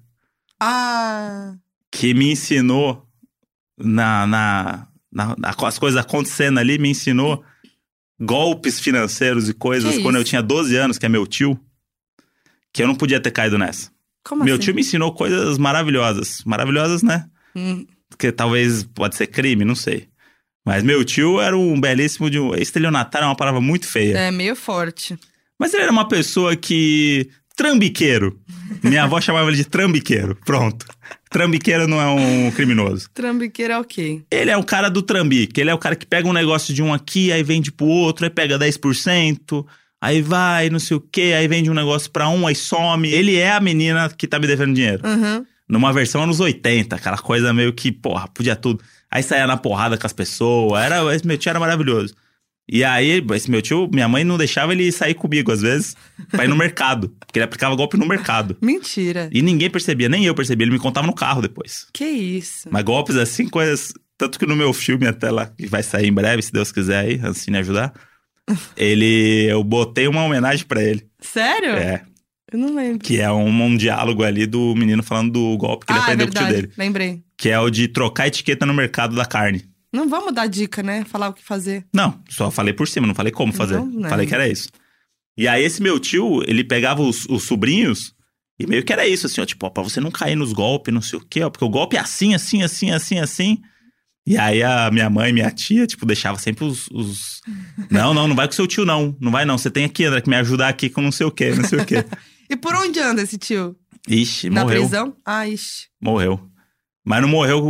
Ah, que me ensinou, na, na, na, na- com as coisas acontecendo ali, me ensinou golpes financeiros e coisas Que quando eu isso? tinha doze anos, que é meu tio, que eu não podia ter caído nessa. como meu assim? tio me ensinou coisas maravilhosas. Maravilhosas, né? Hum, Porque talvez pode ser crime, não sei. Mas meu tio era um belíssimo de um... Estelionatário é uma palavra muito feia. é meio forte. Mas ele era uma pessoa que Trambiqueiro. Minha avó chamava ele de trambiqueiro. Pronto. Trambiqueiro não é um criminoso. Trambiqueiro é o quê? Ele é o cara do trambique. Ele é o cara que pega um negócio de um aqui, aí vende pro outro, aí pega dez por cento, aí vai, não sei o quê, aí vende um negócio pra um, aí some. Ele é a menina que tá me devendo dinheiro. Uhum. Numa versão anos oitenta, aquela coisa meio que, porra, podia tudo. Aí saía na porrada com as pessoas. Era, esse meu tio era maravilhoso. E aí, esse meu tio, minha mãe não deixava ele sair comigo, às vezes, pra ir no mercado. Porque ele aplicava golpe no mercado. Mentira. E ninguém percebia, nem eu percebia. Ele me contava no carro depois. Que isso? Mas golpes assim, coisas... Tanto que no meu filme, até lá, que vai sair em breve, se Deus quiser aí, Ancine ajudar. ele... Eu botei uma homenagem pra ele. Sério? É. Eu não lembro. Que é um, um diálogo ali do menino falando do golpe que ele ah, aprendeu é com o tio dele. Lembrei. Que é o de trocar etiqueta no mercado da carne. Não vamos dar dica, né? Falar o que fazer. Não, só falei por cima, não falei como fazer. Não, não. Falei que era isso. E aí esse meu tio, ele pegava os, os sobrinhos e meio que era isso, assim, ó. Tipo, ó, pra você não cair nos golpes, não sei o quê, ó. Porque o golpe é assim, assim, assim, assim, assim. E aí a minha mãe, minha tia, tipo, deixava sempre os... os... Não, não, não vai com seu tio, não. Não vai, não. Você tem aqui, André, que me ajudar aqui com não sei o quê, não sei o quê. E por onde anda esse tio? Ixi, Na morreu. Na prisão? Ah, ixi. Morreu. Mas não morreu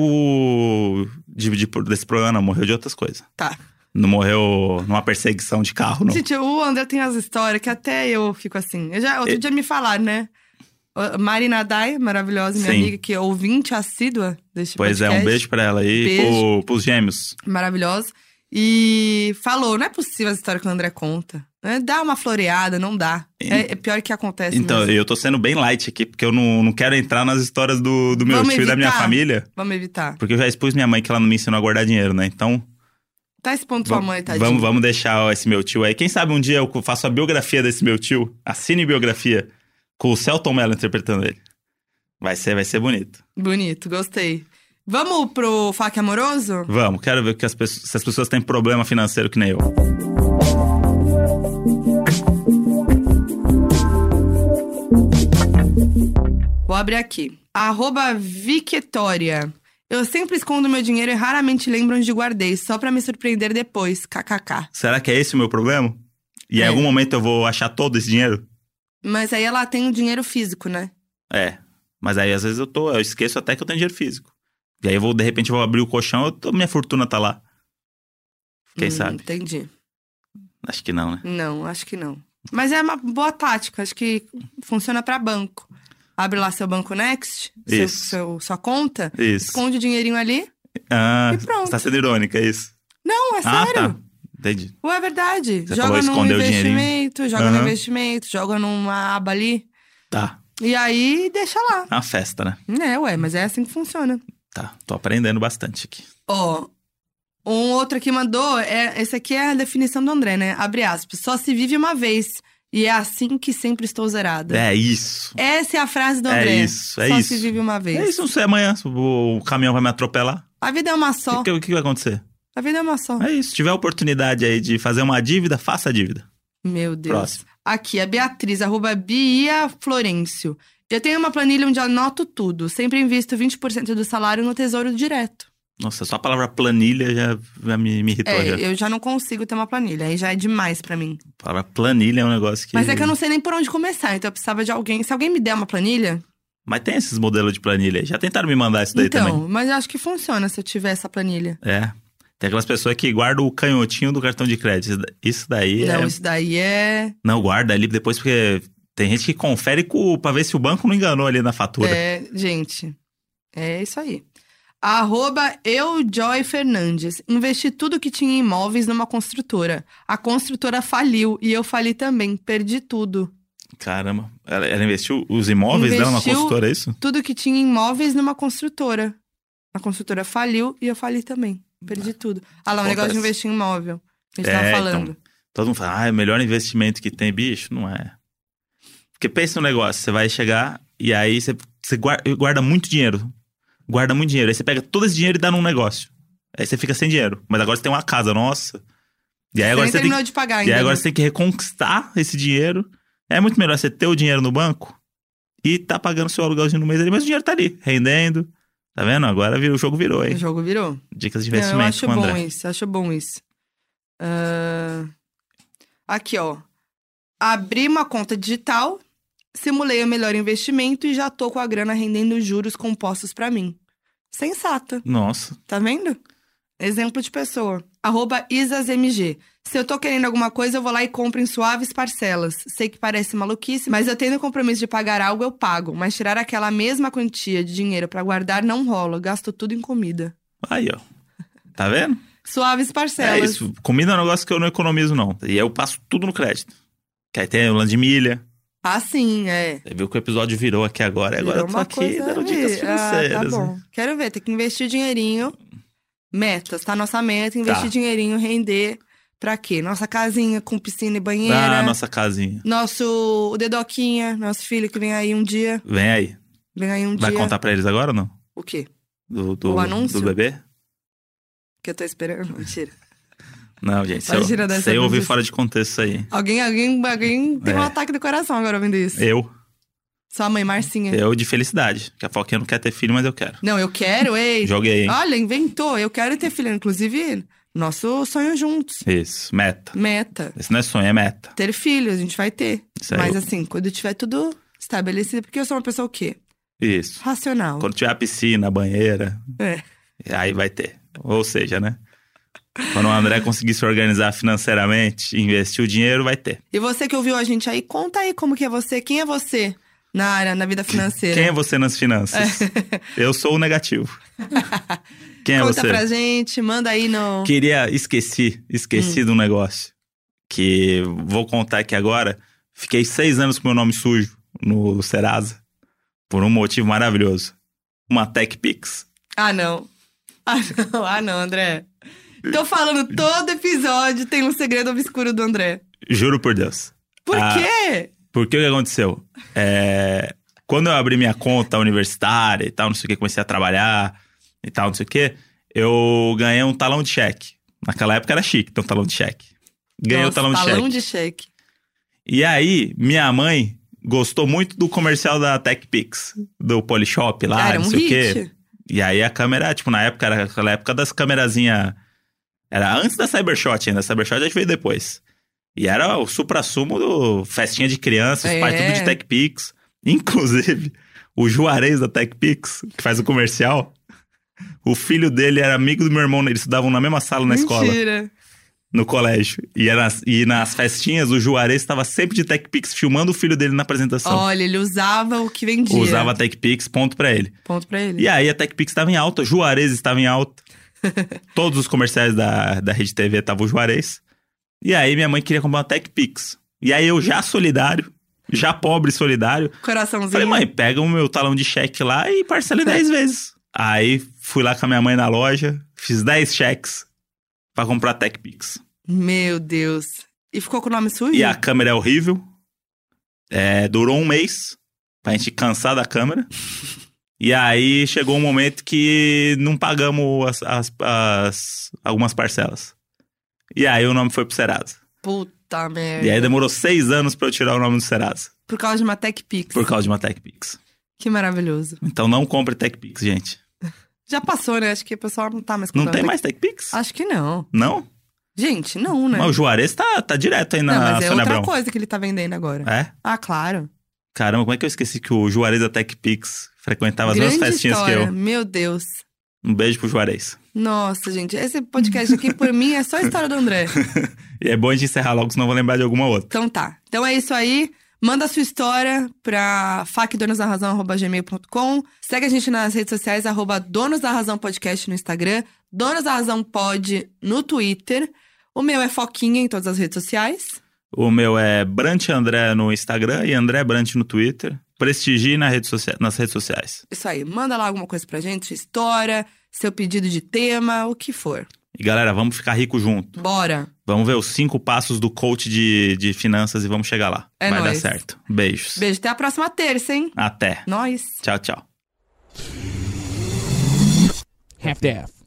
de, de, desse problema, não. Morreu de outras coisas. Tá. Não morreu numa perseguição de carro, não. Gente, o André tem as histórias que até eu fico assim. Eu já, outro e... dia me falaram, né? Marina Dai, maravilhosa, minha Sim. amiga, que é ouvinte assídua deste pois podcast. Pois é, um beijo pra ela aí, pro, pros gêmeos. Maravilhosa. E falou, não é possível as histórias que o André conta. Né? Dá uma floreada, não dá. E... É, é pior que acontece Então, mesmo. eu tô sendo bem light aqui, porque eu não, não quero entrar nas histórias do, do meu Vamos tio evitar. e da minha família. Vamos evitar. Porque eu já expus minha mãe que ela não me ensinou a guardar dinheiro, né? Então... Tá expondo sua mãe, tadinho. Vamos, vamos deixar esse meu tio aí. Quem sabe um dia eu faço a biografia desse meu tio, a cinebiografia, com o Celton Mello interpretando ele. Vai ser, vai ser bonito. Bonito, gostei. Vamos pro F A Q Amoroso? Vamos, quero ver que as pessoas, se as pessoas têm problema financeiro que nem eu. Vou abrir aqui. Arroba Victoria. Eu sempre escondo meu dinheiro e raramente lembro onde guardei, só pra me surpreender depois, kkk. Será que é esse o meu problema? E é. em algum momento eu vou achar todo esse dinheiro? Mas aí ela tem o dinheiro físico, né? É, mas aí às vezes eu tô, eu esqueço até que eu tenho dinheiro físico. E aí eu vou, de repente, eu vou abrir o colchão, eu tô, minha fortuna tá lá. Quem hum, sabe? Entendi. Acho que não, né? Não, acho que não. Mas é uma boa tática, acho que funciona pra banco. Abre lá seu Banco Next, seu, seu, sua conta, isso. Esconde o dinheirinho ali ah, e pronto. Você tá sendo irônica, é isso? Não, é ah, sério. Tá. Entendi. Ué, é verdade. Você joga falou, num investimento, joga uhum. no investimento, joga numa aba ali. Tá. E aí, deixa lá. É uma festa, né? É, ué, mas é assim que funciona. Tá, tô aprendendo bastante aqui. Ó, oh, um outro aqui mandou, é, esse aqui é a definição do André, né? Abre aspas, só se vive uma vez. E é assim que sempre estou zerada. É isso. Essa é a frase do André. É isso, é só isso. Só se vive uma vez. É isso, não sei amanhã, o caminhão vai me atropelar. A vida é uma só. O que, que, que vai acontecer? A vida é uma só. É isso, se tiver a oportunidade aí de fazer uma dívida, faça a dívida. Meu Deus. Próximo. Aqui, a Beatriz, arroba Bia Florencio. Eu tenho uma planilha onde anoto tudo. Sempre invisto vinte por cento do salário no tesouro direto. Nossa, só a palavra planilha já, já me, me irritou. É, já. eu já não consigo ter uma planilha. Aí já é demais pra mim. A palavra planilha é um negócio que... Mas é que eu não sei nem por onde começar. Então eu precisava de alguém... Se alguém me der uma planilha... Mas tem esses modelos de planilha. Já tentaram me mandar isso daí então, também. Então, mas eu acho que funciona se eu tiver essa planilha. É. Tem aquelas pessoas que guardam o canhotinho do cartão de crédito. Isso daí não, é... Não, isso daí é... Não, guarda ali depois porque... Tem gente que confere com, pra ver se o banco não enganou ali na fatura. É, gente. É isso aí. Arroba Eujoy Fernandes. Investi tudo que tinha em imóveis numa construtora. A construtora faliu e eu fali também. Perdi tudo. Caramba. Ela, ela investiu os imóveis investiu dela na construtora, é isso? Tudo que tinha em imóveis numa construtora. A construtora faliu e eu fali também. Perdi tudo. Ah lá, o um negócio de investir em imóvel. A gente é, tava falando. Então, todo mundo fala, ah, é o melhor investimento que tem, bicho. Não é. Porque pensa no negócio, você vai chegar e aí você, você guarda, guarda muito dinheiro. Guarda muito dinheiro. Aí você pega todo esse dinheiro e dá num negócio. Aí você fica sem dinheiro. Mas agora você tem uma casa, nossa. E aí você agora nem você terminou tem, de pagar e ainda. aí agora né? você tem que reconquistar esse dinheiro. É muito melhor você ter o dinheiro no banco e tá pagando seu aluguelzinho no mês ali, mas o dinheiro tá ali, rendendo. Tá vendo? Agora o jogo virou, hein? O jogo virou. Dicas de investimento. Não, eu acho com o bom André. isso, acho bom isso. Uh... Aqui, ó. Abri uma conta digital Simulei o melhor investimento e já tô com a grana rendendo juros compostos pra mim. Sensata. Nossa. Tá vendo? Exemplo de pessoa. Arroba IsasMG. Se eu tô querendo alguma coisa, eu vou lá e compro em suaves parcelas. Sei que parece maluquice, mas eu tendo o compromisso de pagar algo, eu pago. Mas tirar aquela mesma quantia de dinheiro pra guardar não rola. Gasto tudo em comida. Aí, ó. Tá vendo? Suaves parcelas. É isso. Comida é um negócio que eu não economizo, não. E aí eu passo tudo no crédito. Que aí tem o lance de milha. Ah, sim, é. Você viu que o episódio virou aqui agora. E agora eu tô aqui dando dicas financeiras. Ah, tá bom. Quero ver, tem que investir dinheirinho. Metas, tá? Nossa meta, investir Tá. dinheirinho, render. Pra quê? Nossa casinha com piscina e banheira. Ah, nossa casinha. Nosso, o Dedoquinha, nosso filho que vem aí um dia. Vem aí. Vem aí um Vai dia. contar pra eles agora ou não? O quê? Do, do, O anúncio? do bebê? Que eu tô esperando? Mentira. Não, gente. Imagina Você dessa eu ouvi vez. fora de contexto isso aí. Alguém, alguém, alguém tem É. um ataque do coração agora ouvindo isso. Eu. Sua mãe, Marcinha. Eu de felicidade. Que a Foquinha não quer ter filho, mas eu quero. Não, eu quero, ei. Joguei, hein? Olha, inventou. Eu quero ter filho. Inclusive, nosso sonho juntos. Isso. Meta. Meta. Esse não é sonho, é meta. Ter filho, a gente vai ter. Isso aí. Mas assim, quando tiver tudo estabelecido, porque eu sou uma pessoa o quê? Isso. Racional. Quando tiver a piscina, a banheira, É. aí vai ter. Ou seja, né? Quando o André conseguir se organizar financeiramente, investir o dinheiro, vai ter. E você que ouviu a gente aí, conta aí como que é você. Quem é você na área, na vida financeira? Quem é você nas finanças? Eu sou o negativo. Quem é Conta você? pra gente, manda aí no... Queria, esqueci, esqueci Hum. de um negócio. Que vou contar aqui agora. Fiquei seis anos com meu nome sujo no Serasa. Por um motivo maravilhoso. Uma TechPix. Ah, não. Ah, não, ah, não, André. Tô falando, todo episódio tem um segredo obscuro do André. Juro por Deus. Por Ah, quê? Porque o que aconteceu? É, quando eu abri minha conta universitária e tal, não sei o que, comecei a trabalhar e tal, não sei o que, eu ganhei um talão de cheque. Naquela época era chique ter um talão de cheque. Ganhei Nossa, o talão de talão cheque. de cheque. E aí, minha mãe gostou muito do comercial da TechPix, do Polishop lá, Cara, não um sei o hit. quê. E aí a câmera, tipo, na época, era aquela época das câmerazinhas... Era antes da Cybershot ainda, a Cybershot a gente veio depois. E era o supra-sumo do festinha de criança, os É. pais tudo de TechPix. Inclusive, o Juarez da TechPix, que faz o comercial, o filho dele era amigo do meu irmão, eles estudavam na mesma sala na escola, Mentira. no colégio. E, era, e nas festinhas, o Juarez estava sempre de TechPix, filmando o filho dele na apresentação. Olha, ele usava o que vendia. Usava a TechPix, ponto pra ele. Ponto pra ele. E aí a TechPix estava em alta, Juarez estava em alta. Todos os comerciais da, da Rede T V estavam o Juarez. E aí minha mãe queria comprar uma TechPix. E aí eu já solidário, já pobre e solidário, Coraçãozinho. falei, mãe, pega o meu talão de cheque lá e parcela em dez vezes. Aí fui lá com a minha mãe na loja, fiz dez cheques pra comprar TechPix. Meu Deus. E ficou com o nome sujo? E a câmera é horrível. É, durou um mês pra gente cansar da câmera. E aí chegou um momento que não pagamos as, as, as- algumas parcelas. E aí o nome foi pro Serasa. Puta merda. E aí demorou seis anos pra eu tirar o nome do Serasa. Por causa de uma TechPix. Por causa de uma TechPix. Que maravilhoso. Então não compre TechPix, gente. Já passou, né? Acho que o pessoal não tá mais Não comprando. tem Tech- mais TechPix? Acho que não. Não? Gente, não, né? Mas o Juarez tá, tá direto aí na não, mas é Sônia outra Abrão. coisa que ele tá vendendo agora. É? Ah, claro. Caramba, como é que eu esqueci que o Juarez da TechPix frequentava as Grande mesmas festinhas história. que eu? Meu Deus. Um beijo pro Juarez. Nossa, gente. Esse podcast aqui, por mim, é só a história do André. E é bom a gente encerrar logo, senão eu vou lembrar de alguma outra. Então tá. Então é isso aí. Manda a sua história pra fac donos da razão arroba gmail ponto com. Segue a gente nas redes sociais, arroba Donos da Razão Podcast no Instagram, Donos da Razão Pod no Twitter. O meu é Foquinha em todas as redes sociais. O meu é Brant André no Instagram e André Brant no Twitter. Prestigie na rede socia- nas redes sociais. Isso aí. Manda lá alguma coisa pra gente, sua história, seu pedido de tema, o que for. E galera, vamos ficar rico junto. Bora. Vamos ver os cinco passos do coach de, de finanças e vamos chegar lá. É Vai nóis. dar certo. Beijos. Beijo. Até a próxima terça, hein? Até. Nós. Tchau, tchau. Half-Death.